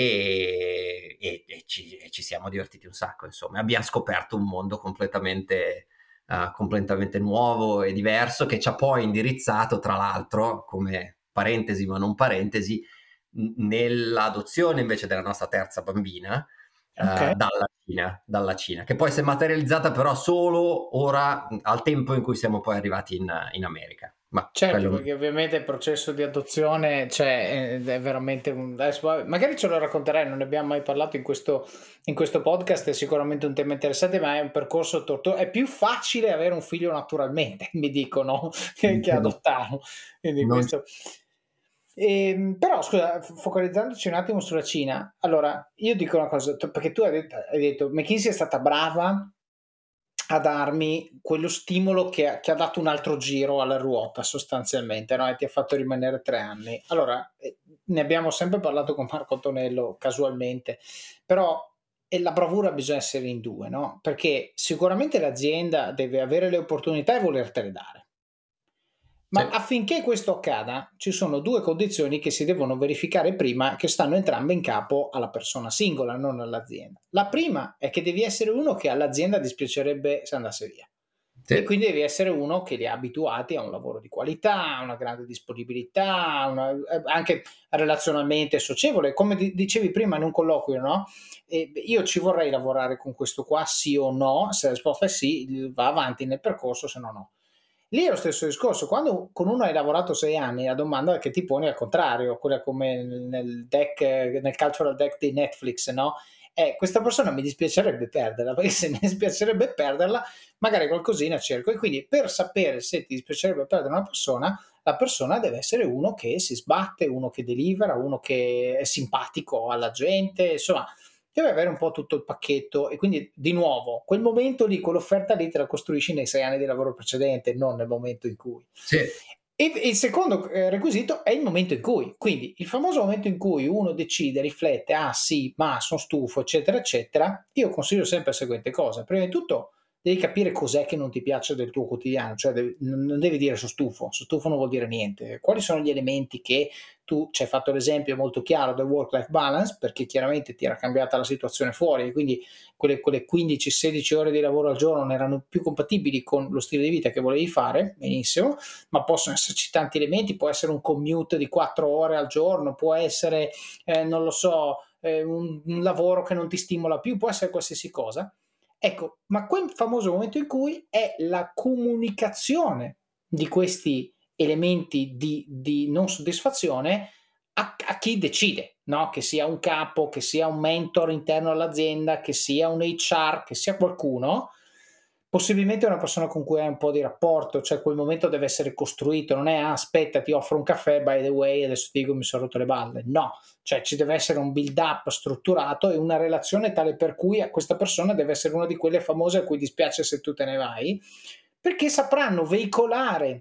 e, e, e, ci, e ci siamo divertiti un sacco, insomma. Abbiamo scoperto un mondo completamente, uh, completamente nuovo e diverso, che ci ha poi indirizzato, tra l'altro, come parentesi ma non parentesi, n- nell'adozione invece della nostra terza bambina. Okay. Uh, dalla Cina, dalla Cina, che poi si è materializzata però solo ora, al tempo in cui siamo poi arrivati in, in America. Ma certo, quello... perché ovviamente il processo di adozione, cioè, è veramente un... Adesso, magari ce lo racconterai, non ne abbiamo mai parlato in questo, in questo podcast, è sicuramente un tema interessante, ma è un percorso tortuoso. È più facile avere un figlio naturalmente, mi dicono, che, che adottarlo. Quindi non... questo... E, però scusa, focalizzandoci un attimo sulla Cina, allora io dico una cosa, perché tu hai detto, hai detto McKinsey è stata brava a darmi quello stimolo che ha, che ha dato un altro giro alla ruota sostanzialmente, no? E ti ha fatto rimanere tre anni. Allora, eh, ne abbiamo sempre parlato con Marco Antonello casualmente, però e la bravura bisogna essere in due, no? Perché sicuramente l'azienda deve avere le opportunità e volertele dare. Ma Sì. affinché questo accada, ci sono due condizioni che si devono verificare prima, che stanno entrambe in capo alla persona singola, non all'azienda. La prima è che devi essere uno che all'azienda dispiacerebbe se andasse via. Sì. E quindi devi essere uno che li ha abituati a un lavoro di qualità, a una grande disponibilità, una, anche relazionalmente socievole. Come dicevi prima in un colloquio, no? E io ci vorrei lavorare con questo qua, sì o no? Se la risposta è sì, va avanti nel percorso, se no no. Lì è lo stesso discorso, quando con uno hai lavorato sei anni, la domanda che ti poni è al contrario, quella come nel deck, nel cultural deck di Netflix, no? Eh, questa persona mi dispiacerebbe perderla, perché se mi dispiacerebbe perderla, magari qualcosina cerco. E quindi per sapere se ti dispiacerebbe perdere una persona, la persona deve essere uno che si sbatte, uno che delivera, uno che è simpatico alla gente, insomma deve avere un po' tutto il pacchetto. E quindi di nuovo quel momento lì, quell'offerta lì te la costruisci nei sei anni di lavoro precedente, non nel momento in cui. Sì. E il secondo requisito è il momento in cui, quindi il famoso momento in cui uno decide, riflette, ah sì, ma sono stufo, eccetera, eccetera. Io consiglio sempre la seguente cosa: prima di tutto devi capire cos'è che non ti piace del tuo quotidiano, cioè devi, non devi dire sono stufo, sono stufo non vuol dire niente. Quali sono gli elementi che tu ci hai fatto l'esempio molto chiaro del work-life balance, perché chiaramente ti era cambiata la situazione fuori e quindi quelle, quelle quindici sedici ore di lavoro al giorno non erano più compatibili con lo stile di vita che volevi fare, benissimo, ma possono esserci tanti elementi, può essere un commute di quattro ore al giorno, può essere, eh, non lo so, eh, un, un lavoro che non ti stimola più, può essere qualsiasi cosa. Ecco, ma quel famoso momento in cui è la comunicazione di questi elementi di, di non soddisfazione a, a chi decide, no? Che sia un capo, che sia un mentor interno all'azienda, che sia un H R, che sia qualcuno, possibilmente una persona con cui hai un po' di rapporto, cioè quel momento deve essere costruito, non è ah, aspetta ti offro un caffè, by the way, adesso ti dico mi sono rotto le balle, no, cioè ci deve essere un build up strutturato e una relazione tale per cui a questa persona deve essere una di quelle famose a cui dispiace se tu te ne vai, perché sapranno veicolare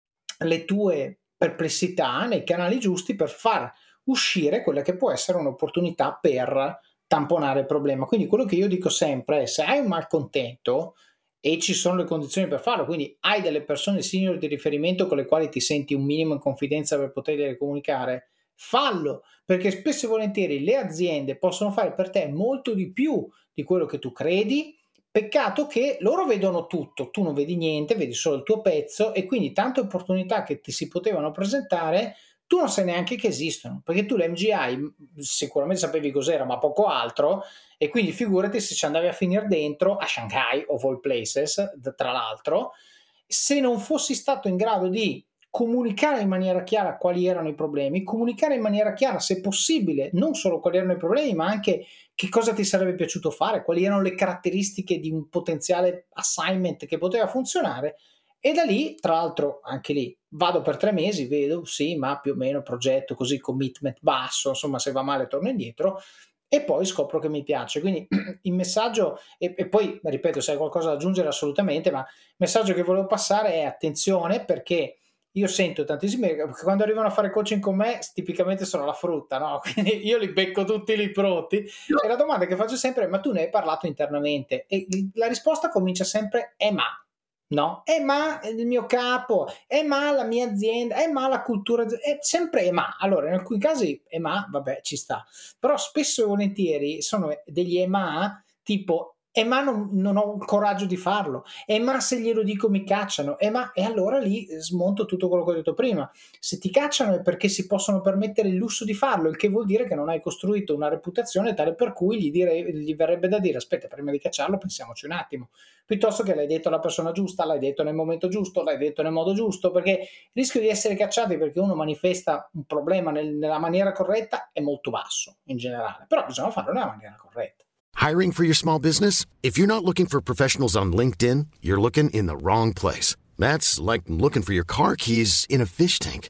le tue perplessità nei canali giusti per far uscire quella che può essere un'opportunità per tamponare il problema. Quindi quello che io dico sempre è: se hai un malcontento e ci sono le condizioni per farlo, quindi hai delle persone senior di riferimento con le quali ti senti un minimo in confidenza per poterle comunicare, fallo, perché spesso e volentieri le aziende possono fare per te molto di più di quello che tu credi. Peccato che loro vedono tutto, tu non vedi niente, vedi solo il tuo pezzo, e quindi tante opportunità che ti si potevano presentare tu non sai neanche che esistono, perché tu l'M G I sicuramente sapevi cos'era, ma poco altro, e quindi figurati se ci andavi a finire dentro a Shanghai, of all places, tra l'altro, se non fossi stato in grado di comunicare in maniera chiara quali erano i problemi, comunicare in maniera chiara, se possibile, non solo quali erano i problemi, ma anche che cosa ti sarebbe piaciuto fare, quali erano le caratteristiche di un potenziale assignment che poteva funzionare. E da lì, tra l'altro, anche lì, vado per tre mesi, vedo, sì, ma più o meno progetto così, commitment basso, insomma, se va male torno indietro, e poi scopro che mi piace. Quindi il messaggio, e, e poi, ripeto, se hai qualcosa da aggiungere assolutamente, ma il messaggio che volevo passare è attenzione, perché io sento tantissimi che quando arrivano a fare coaching con me tipicamente sono la frutta, no? Quindi io li becco tutti lì pronti, e la domanda che faccio sempre è: ma tu ne hai parlato internamente? E la risposta comincia sempre: è ma no, è ma il mio capo, è ma la mia azienda, è ma la cultura, è sempre è ma. Allora in alcuni casi è ma, vabbè, ci sta, però spesso e volentieri sono degli è ma tipo e ma non, non ho il coraggio di farlo, e ma se glielo dico mi cacciano, e ma, e allora lì smonto tutto quello che ho detto prima. Se ti cacciano è perché si possono permettere il lusso di farlo, il che vuol dire che non hai costruito una reputazione tale per cui gli, dire, gli verrebbe da dire: aspetta, prima di cacciarlo pensiamoci un attimo, piuttosto che l'hai detto alla persona giusta, l'hai detto nel momento giusto, l'hai detto nel modo giusto, perché il rischio di essere cacciati perché uno manifesta un problema nel, nella maniera corretta è molto basso in generale, però bisogna farlo nella maniera corretta. Hiring for your small business? If you're not looking for professionals on LinkedIn, you're looking in the wrong place. That's like looking for your car keys in a fish tank.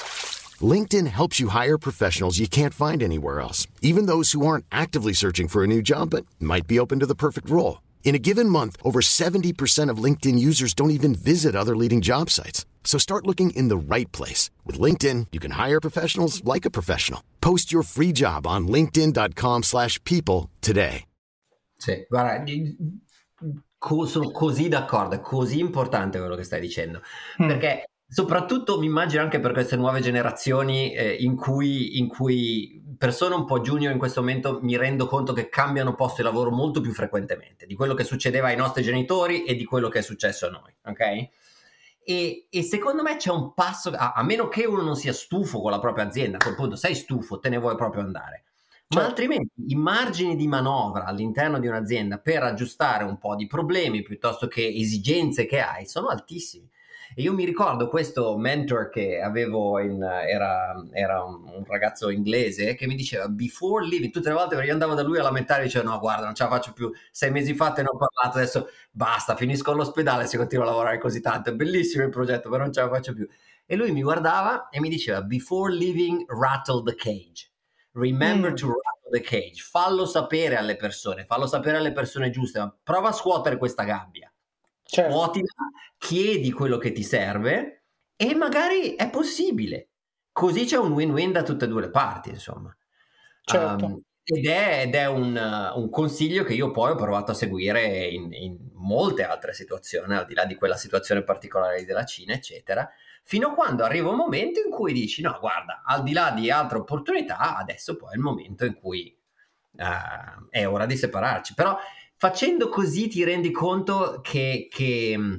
LinkedIn helps you hire professionals you can't find anywhere else, even those who aren't actively searching for a new job but might be open to the perfect role. In a given month, over seventy percent of LinkedIn users don't even visit other leading job sites. So start looking in the right place. With LinkedIn, you can hire professionals like a professional. Post your free job on linkedin.com slash people today. Sì, guarda, co- sono così d'accordo, è così importante quello che stai dicendo. Mm. Perché soprattutto mi immagino anche per queste nuove generazioni eh, in cui, in cui persone un po' junior in questo momento mi rendo conto che cambiano posto di lavoro molto più frequentemente di quello che succedeva ai nostri genitori e di quello che è successo a noi, ok? E, e secondo me c'è un passo, a, a meno che uno non sia stufo con la propria azienda, a quel punto sei stufo, te ne vuoi proprio andare. Ma certo. Altrimenti i margini di manovra all'interno di un'azienda per aggiustare un po' di problemi piuttosto che esigenze che hai sono altissimi. E io mi ricordo questo mentor che avevo, in, era, era un, un ragazzo inglese che mi diceva before leaving, tutte le volte che io andavo da lui a lamentare dicevo no guarda non ce la faccio più, sei mesi fa te ne ho parlato, adesso basta, finisco all'ospedale se continuo a lavorare così tanto, è bellissimo il progetto però non ce la faccio più. E lui mi guardava e mi diceva before leaving rattle the cage, remember mm. to rattle the cage, fallo sapere alle persone, fallo sapere alle persone giuste, ma prova a scuotere questa gabbia. Certo. Scuotila, chiedi quello che ti serve e magari è possibile, così c'è un win-win da tutte e due le parti, insomma. Certo. Um, ed è, ed è un, un consiglio che io poi ho provato a seguire in, in molte altre situazioni, al di là di quella situazione particolare della Cina, eccetera, fino a quando arriva un momento in cui dici no, guarda, al di là di altre opportunità, adesso poi è il momento in cui uh, è ora di separarci. Però facendo così ti rendi conto che, che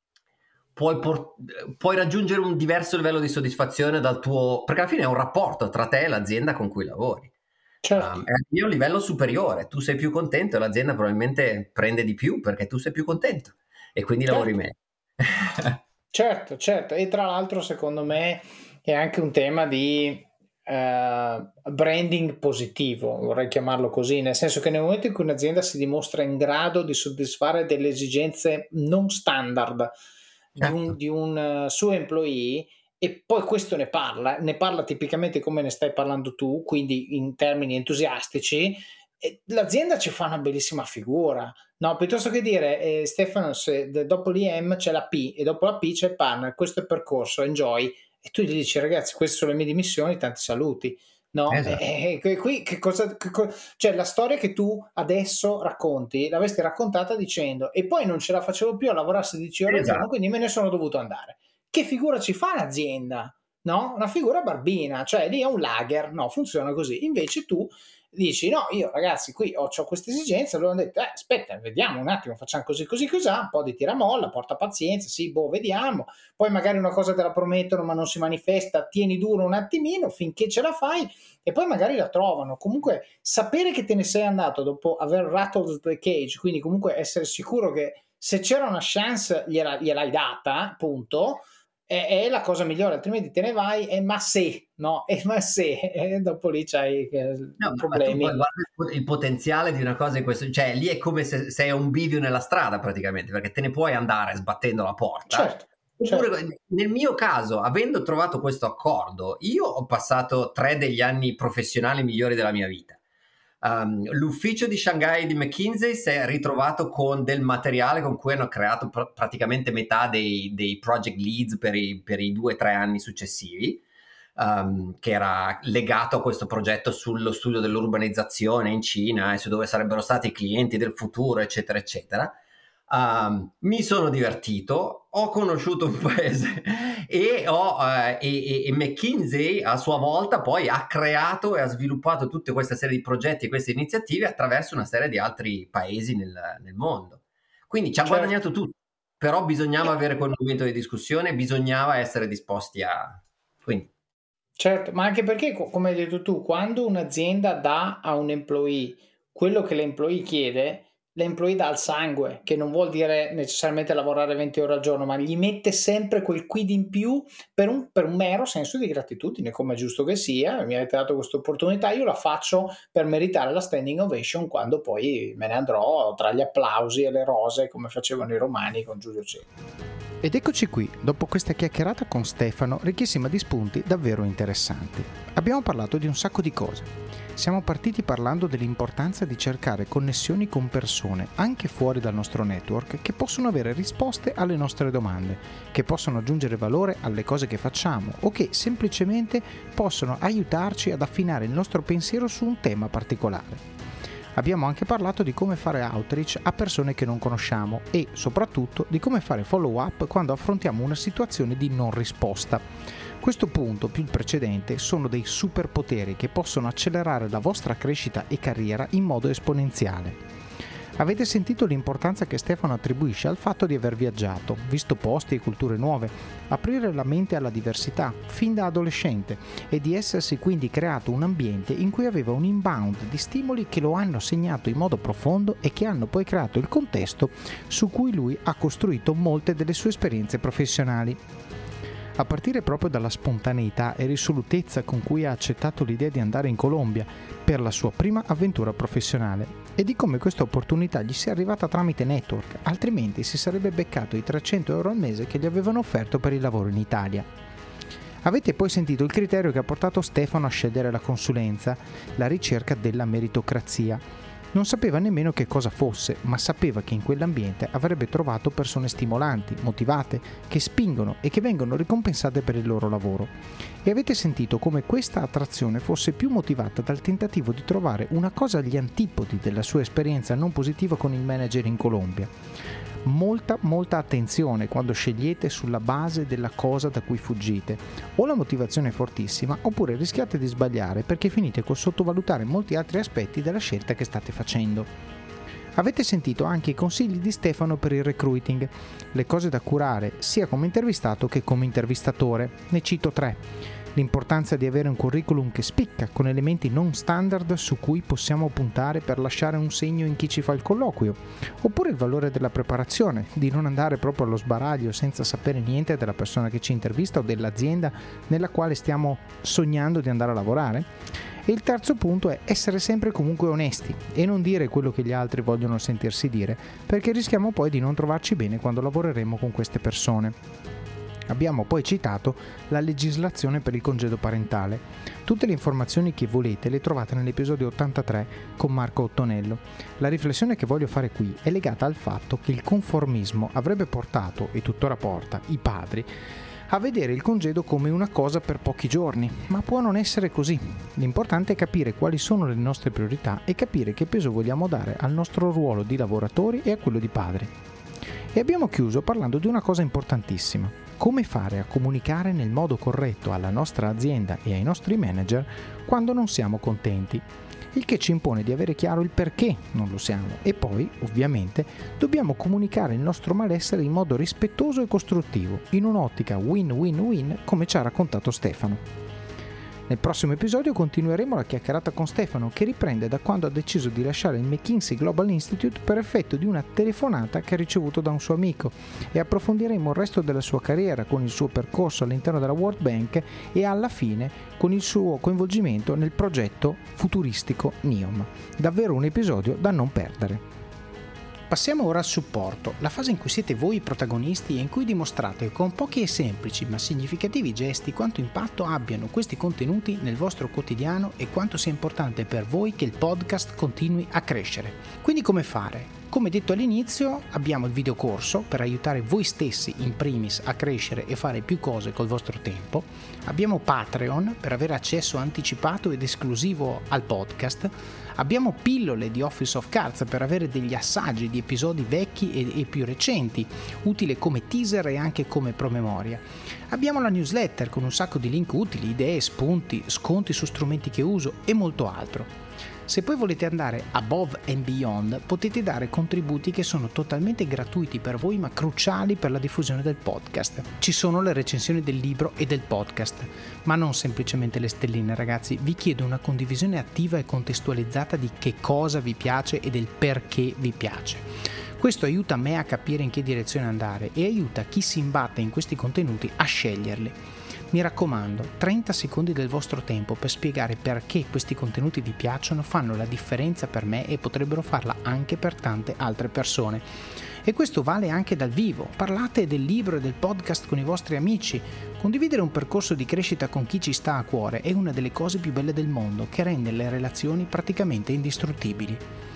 puoi, por- puoi raggiungere un diverso livello di soddisfazione dal tuo... perché alla fine è un rapporto tra te e l'azienda con cui lavori. Certo. Um, è un livello superiore, tu sei più contento e l'azienda probabilmente prende di più perché tu sei più contento e quindi certo. lavori meglio. Certo, certo. E tra l'altro secondo me è anche un tema di... Uh, branding positivo, vorrei chiamarlo così, nel senso che nel momento in cui un'azienda si dimostra in grado di soddisfare delle esigenze non standard certo. di un, di un uh, suo employee, e poi questo ne parla, ne parla tipicamente come ne stai parlando tu, quindi in termini entusiastici, e l'azienda ci fa una bellissima figura, no? Piuttosto che dire eh, Stefano, se dopo l'I M c'è la P e dopo la P c'è il partner, questo è il percorso, enjoy. E tu gli dici ragazzi queste sono le mie dimissioni, tanti saluti, no? Esatto. E, e, qui che cosa, che co- cioè la storia che tu adesso racconti l'avresti raccontata dicendo e poi non ce la facevo più a lavorare sedici ore al esatto. giorno, quindi me ne sono dovuto andare. Che figura ci fa l'azienda? No? Una figura barbina, cioè lì è un lager, no? Funziona così. Invece tu dici no, io ragazzi qui ho, ho queste esigenze, allora hanno detto eh, aspetta, vediamo un attimo, facciamo così così così, un po' di tiramolla, porta pazienza, sì, boh, vediamo, poi magari una cosa te la promettono ma non si manifesta, tieni duro un attimino finché ce la fai e poi magari la trovano. Comunque sapere che te ne sei andato dopo aver rattled the cage, quindi comunque essere sicuro che se c'era una chance gliela, gliel'hai data, punto, è, è la cosa migliore, altrimenti te ne vai e ma se, no, e ma se, e dopo lì c'hai eh, no, problemi. Ma tu guarda il potenziale di una cosa in questo, cioè lì è come se sei un bivio nella strada praticamente, perché te ne puoi andare sbattendo la porta. Certo. Oppure, certo. Nel mio caso, avendo trovato questo accordo, io ho passato tre degli anni professionali migliori della mia vita. Um, l'ufficio di Shanghai di McKinsey si è ritrovato con del materiale con cui hanno creato pr- praticamente metà dei, dei project leads per i, per i due o tre anni successivi, um, che era legato a questo progetto sullo studio dell'urbanizzazione in Cina e su dove sarebbero stati i clienti del futuro, eccetera, eccetera. Um, mi sono divertito, ho conosciuto un paese e, ho, uh, e, e McKinsey a sua volta poi ha creato e ha sviluppato tutta questa serie di progetti e queste iniziative attraverso una serie di altri paesi nel, nel mondo. Quindi ci ha certo. guadagnato tutto, però bisognava avere quel momento di discussione, bisognava essere disposti a... Quindi. Certo, ma anche perché, come hai detto tu, quando un'azienda dà a un employee quello che l'employee chiede, l'employee dà il sangue, che non vuol dire necessariamente lavorare venti ore al giorno, ma gli mette sempre quel quid in più per un, per un mero senso di gratitudine, come è giusto che sia. Mi avete dato questa opportunità, io la faccio per meritare la standing ovation quando poi me ne andrò tra gli applausi e le rose, come facevano i romani con Giulio Cesare. Ed eccoci qui, dopo questa chiacchierata con Stefano, ricchissima di spunti davvero interessanti. Abbiamo parlato di un sacco di cose. Siamo partiti parlando dell'importanza di cercare connessioni con persone persone, anche fuori dal nostro network, che possono avere risposte alle nostre domande, che possono aggiungere valore alle cose che facciamo o che semplicemente possono aiutarci ad affinare il nostro pensiero su un tema particolare. Abbiamo anche parlato di come fare outreach a persone che non conosciamo e, soprattutto, di come fare follow-up quando affrontiamo una situazione di non risposta. Questo punto, più il precedente, sono dei superpoteri che possono accelerare la vostra crescita e carriera in modo esponenziale. Avete sentito l'importanza che Stefano attribuisce al fatto di aver viaggiato, visto posti e culture nuove, aprire la mente alla diversità fin da adolescente e di essersi quindi creato un ambiente in cui aveva un inbound di stimoli che lo hanno segnato in modo profondo e che hanno poi creato il contesto su cui lui ha costruito molte delle sue esperienze professionali. A partire proprio dalla spontaneità e risolutezza con cui ha accettato l'idea di andare in Colombia per la sua prima avventura professionale e di come questa opportunità gli sia arrivata tramite network, altrimenti si sarebbe beccato i trecento euro al mese che gli avevano offerto per il lavoro in Italia. Avete poi sentito il criterio che ha portato Stefano a scegliere la consulenza, la ricerca della meritocrazia. Non sapeva nemmeno che cosa fosse, ma sapeva che in quell'ambiente avrebbe trovato persone stimolanti, motivate, che spingono e che vengono ricompensate per il loro lavoro. E avete sentito come questa attrazione fosse più motivata dal tentativo di trovare una cosa agli antipodi della sua esperienza non positiva con il manager in Colombia. Molta, molta attenzione quando scegliete sulla base della cosa da cui fuggite. O la motivazione è fortissima, oppure rischiate di sbagliare perché finite col sottovalutare molti altri aspetti della scelta che state facendo. Avete sentito anche i consigli di Stefano per il recruiting, le cose da curare sia come intervistato che come intervistatore. Ne cito tre. L'importanza di avere un curriculum che spicca, con elementi non standard su cui possiamo puntare per lasciare un segno in chi ci fa il colloquio, oppure il valore della preparazione, di non andare proprio allo sbaraglio senza sapere niente della persona che ci intervista o dell'azienda nella quale stiamo sognando di andare a lavorare. E il terzo punto è essere sempre comunque onesti e non dire quello che gli altri vogliono sentirsi dire, perché rischiamo poi di non trovarci bene quando lavoreremo con queste persone. Abbiamo poi citato la legislazione per il congedo parentale. Tutte le informazioni che volete le trovate nell'episodio ottantatré con Marco Ottonello. La riflessione che voglio fare qui è legata al fatto che il conformismo avrebbe portato, e tuttora porta, i padri a vedere il congedo come una cosa per pochi giorni, ma può non essere così. L'importante è capire quali sono le nostre priorità e capire che peso vogliamo dare al nostro ruolo di lavoratori e a quello di padri. E abbiamo chiuso parlando di una cosa importantissima: come fare a comunicare nel modo corretto alla nostra azienda e ai nostri manager quando non siamo contenti, il che ci impone di avere chiaro il perché non lo siamo e poi, ovviamente, dobbiamo comunicare il nostro malessere in modo rispettoso e costruttivo, in un'ottica win-win-win come ci ha raccontato Stefano. Nel prossimo episodio continueremo la chiacchierata con Stefano, che riprende da quando ha deciso di lasciare il McKinsey Global Institute per effetto di una telefonata che ha ricevuto da un suo amico, e approfondiremo il resto della sua carriera con il suo percorso all'interno della World Bank e alla fine con il suo coinvolgimento nel progetto futuristico NEOM. Davvero un episodio da non perdere. Passiamo ora al supporto, la fase in cui siete voi i protagonisti e in cui dimostrate con pochi e semplici ma significativi gesti quanto impatto abbiano questi contenuti nel vostro quotidiano e quanto sia importante per voi che il podcast continui a crescere. Quindi come fare? Come detto all'inizio, abbiamo il videocorso per aiutare voi stessi in primis a crescere e fare più cose col vostro tempo. Abbiamo Patreon per avere accesso anticipato ed esclusivo al podcast. Abbiamo pillole di Office of Cards per avere degli assaggi di episodi vecchi e, e più recenti, utile come teaser e anche come promemoria. Abbiamo la newsletter con un sacco di link utili, idee, spunti, sconti su strumenti che uso e molto altro. Se poi volete andare above and beyond, potete dare contributi che sono totalmente gratuiti per voi ma cruciali per la diffusione del podcast. Ci sono le recensioni del libro e del podcast, ma non semplicemente le stelline, ragazzi. Vi chiedo una condivisione attiva e contestualizzata di che cosa vi piace e del perché vi piace. Questo aiuta me a capire in che direzione andare e aiuta chi si imbatte in questi contenuti a sceglierli. Mi raccomando, trenta secondi del vostro tempo per spiegare perché questi contenuti vi piacciono fanno la differenza per me e potrebbero farla anche per tante altre persone. E questo vale anche dal vivo. Parlate del libro e del podcast con i vostri amici. Condividere un percorso di crescita con chi ci sta a cuore è una delle cose più belle del mondo, che rende le relazioni praticamente indistruttibili.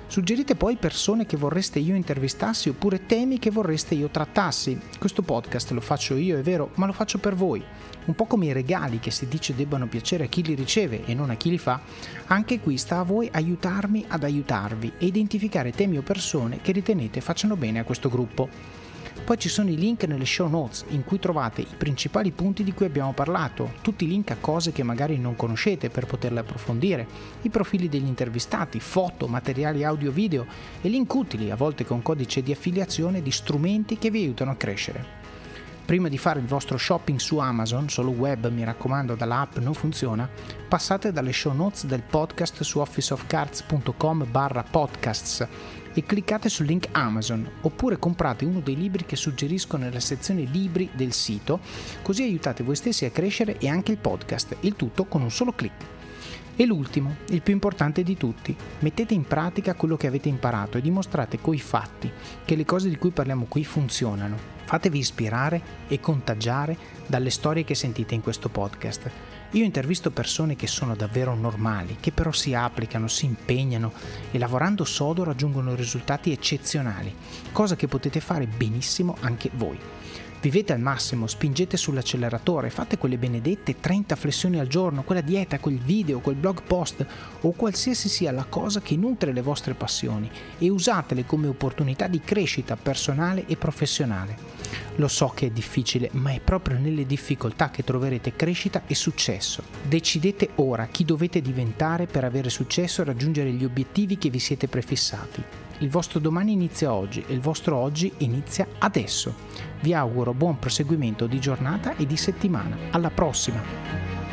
Suggerite poi persone che vorreste io intervistassi oppure temi che vorreste io trattassi. Questo podcast lo faccio io, è vero, ma lo faccio per voi. Un po' come i regali che si dice debbano piacere a chi li riceve e non a chi li fa, anche qui sta a voi aiutarmi ad aiutarvi e identificare temi o persone che ritenete facciano bene a questo gruppo. Poi ci sono i link nelle show notes in cui trovate i principali punti di cui abbiamo parlato, tutti i link a cose che magari non conoscete per poterle approfondire, i profili degli intervistati, foto, materiali audio-video e link utili, a volte con codice di affiliazione, di strumenti che vi aiutano a crescere. Prima di fare il vostro shopping su Amazon, solo web, mi raccomando, dall'app non funziona, passate dalle show notes del podcast su officeofcards.com barra podcasts e cliccate sul link Amazon, oppure comprate uno dei libri che suggerisco nella sezione libri del sito, così aiutate voi stessi a crescere e anche il podcast, il tutto con un solo click. E l'ultimo, il più importante di tutti, mettete in pratica quello che avete imparato e dimostrate coi fatti che le cose di cui parliamo qui funzionano. Fatevi ispirare e contagiare dalle storie che sentite in questo podcast. Io intervisto persone che sono davvero normali, che però si applicano, si impegnano e lavorando sodo raggiungono risultati eccezionali, cosa che potete fare benissimo anche voi. Vivete al massimo, spingete sull'acceleratore, fate quelle benedette trenta flessioni al giorno, quella dieta, quel video, quel blog post o qualsiasi sia la cosa che nutre le vostre passioni e usatele come opportunità di crescita personale e professionale. Lo so che è difficile, ma è proprio nelle difficoltà che troverete crescita e successo. Decidete ora chi dovete diventare per avere successo e raggiungere gli obiettivi che vi siete prefissati. Il vostro domani inizia oggi e il vostro oggi inizia adesso. Vi auguro buon proseguimento di giornata e di settimana. Alla prossima!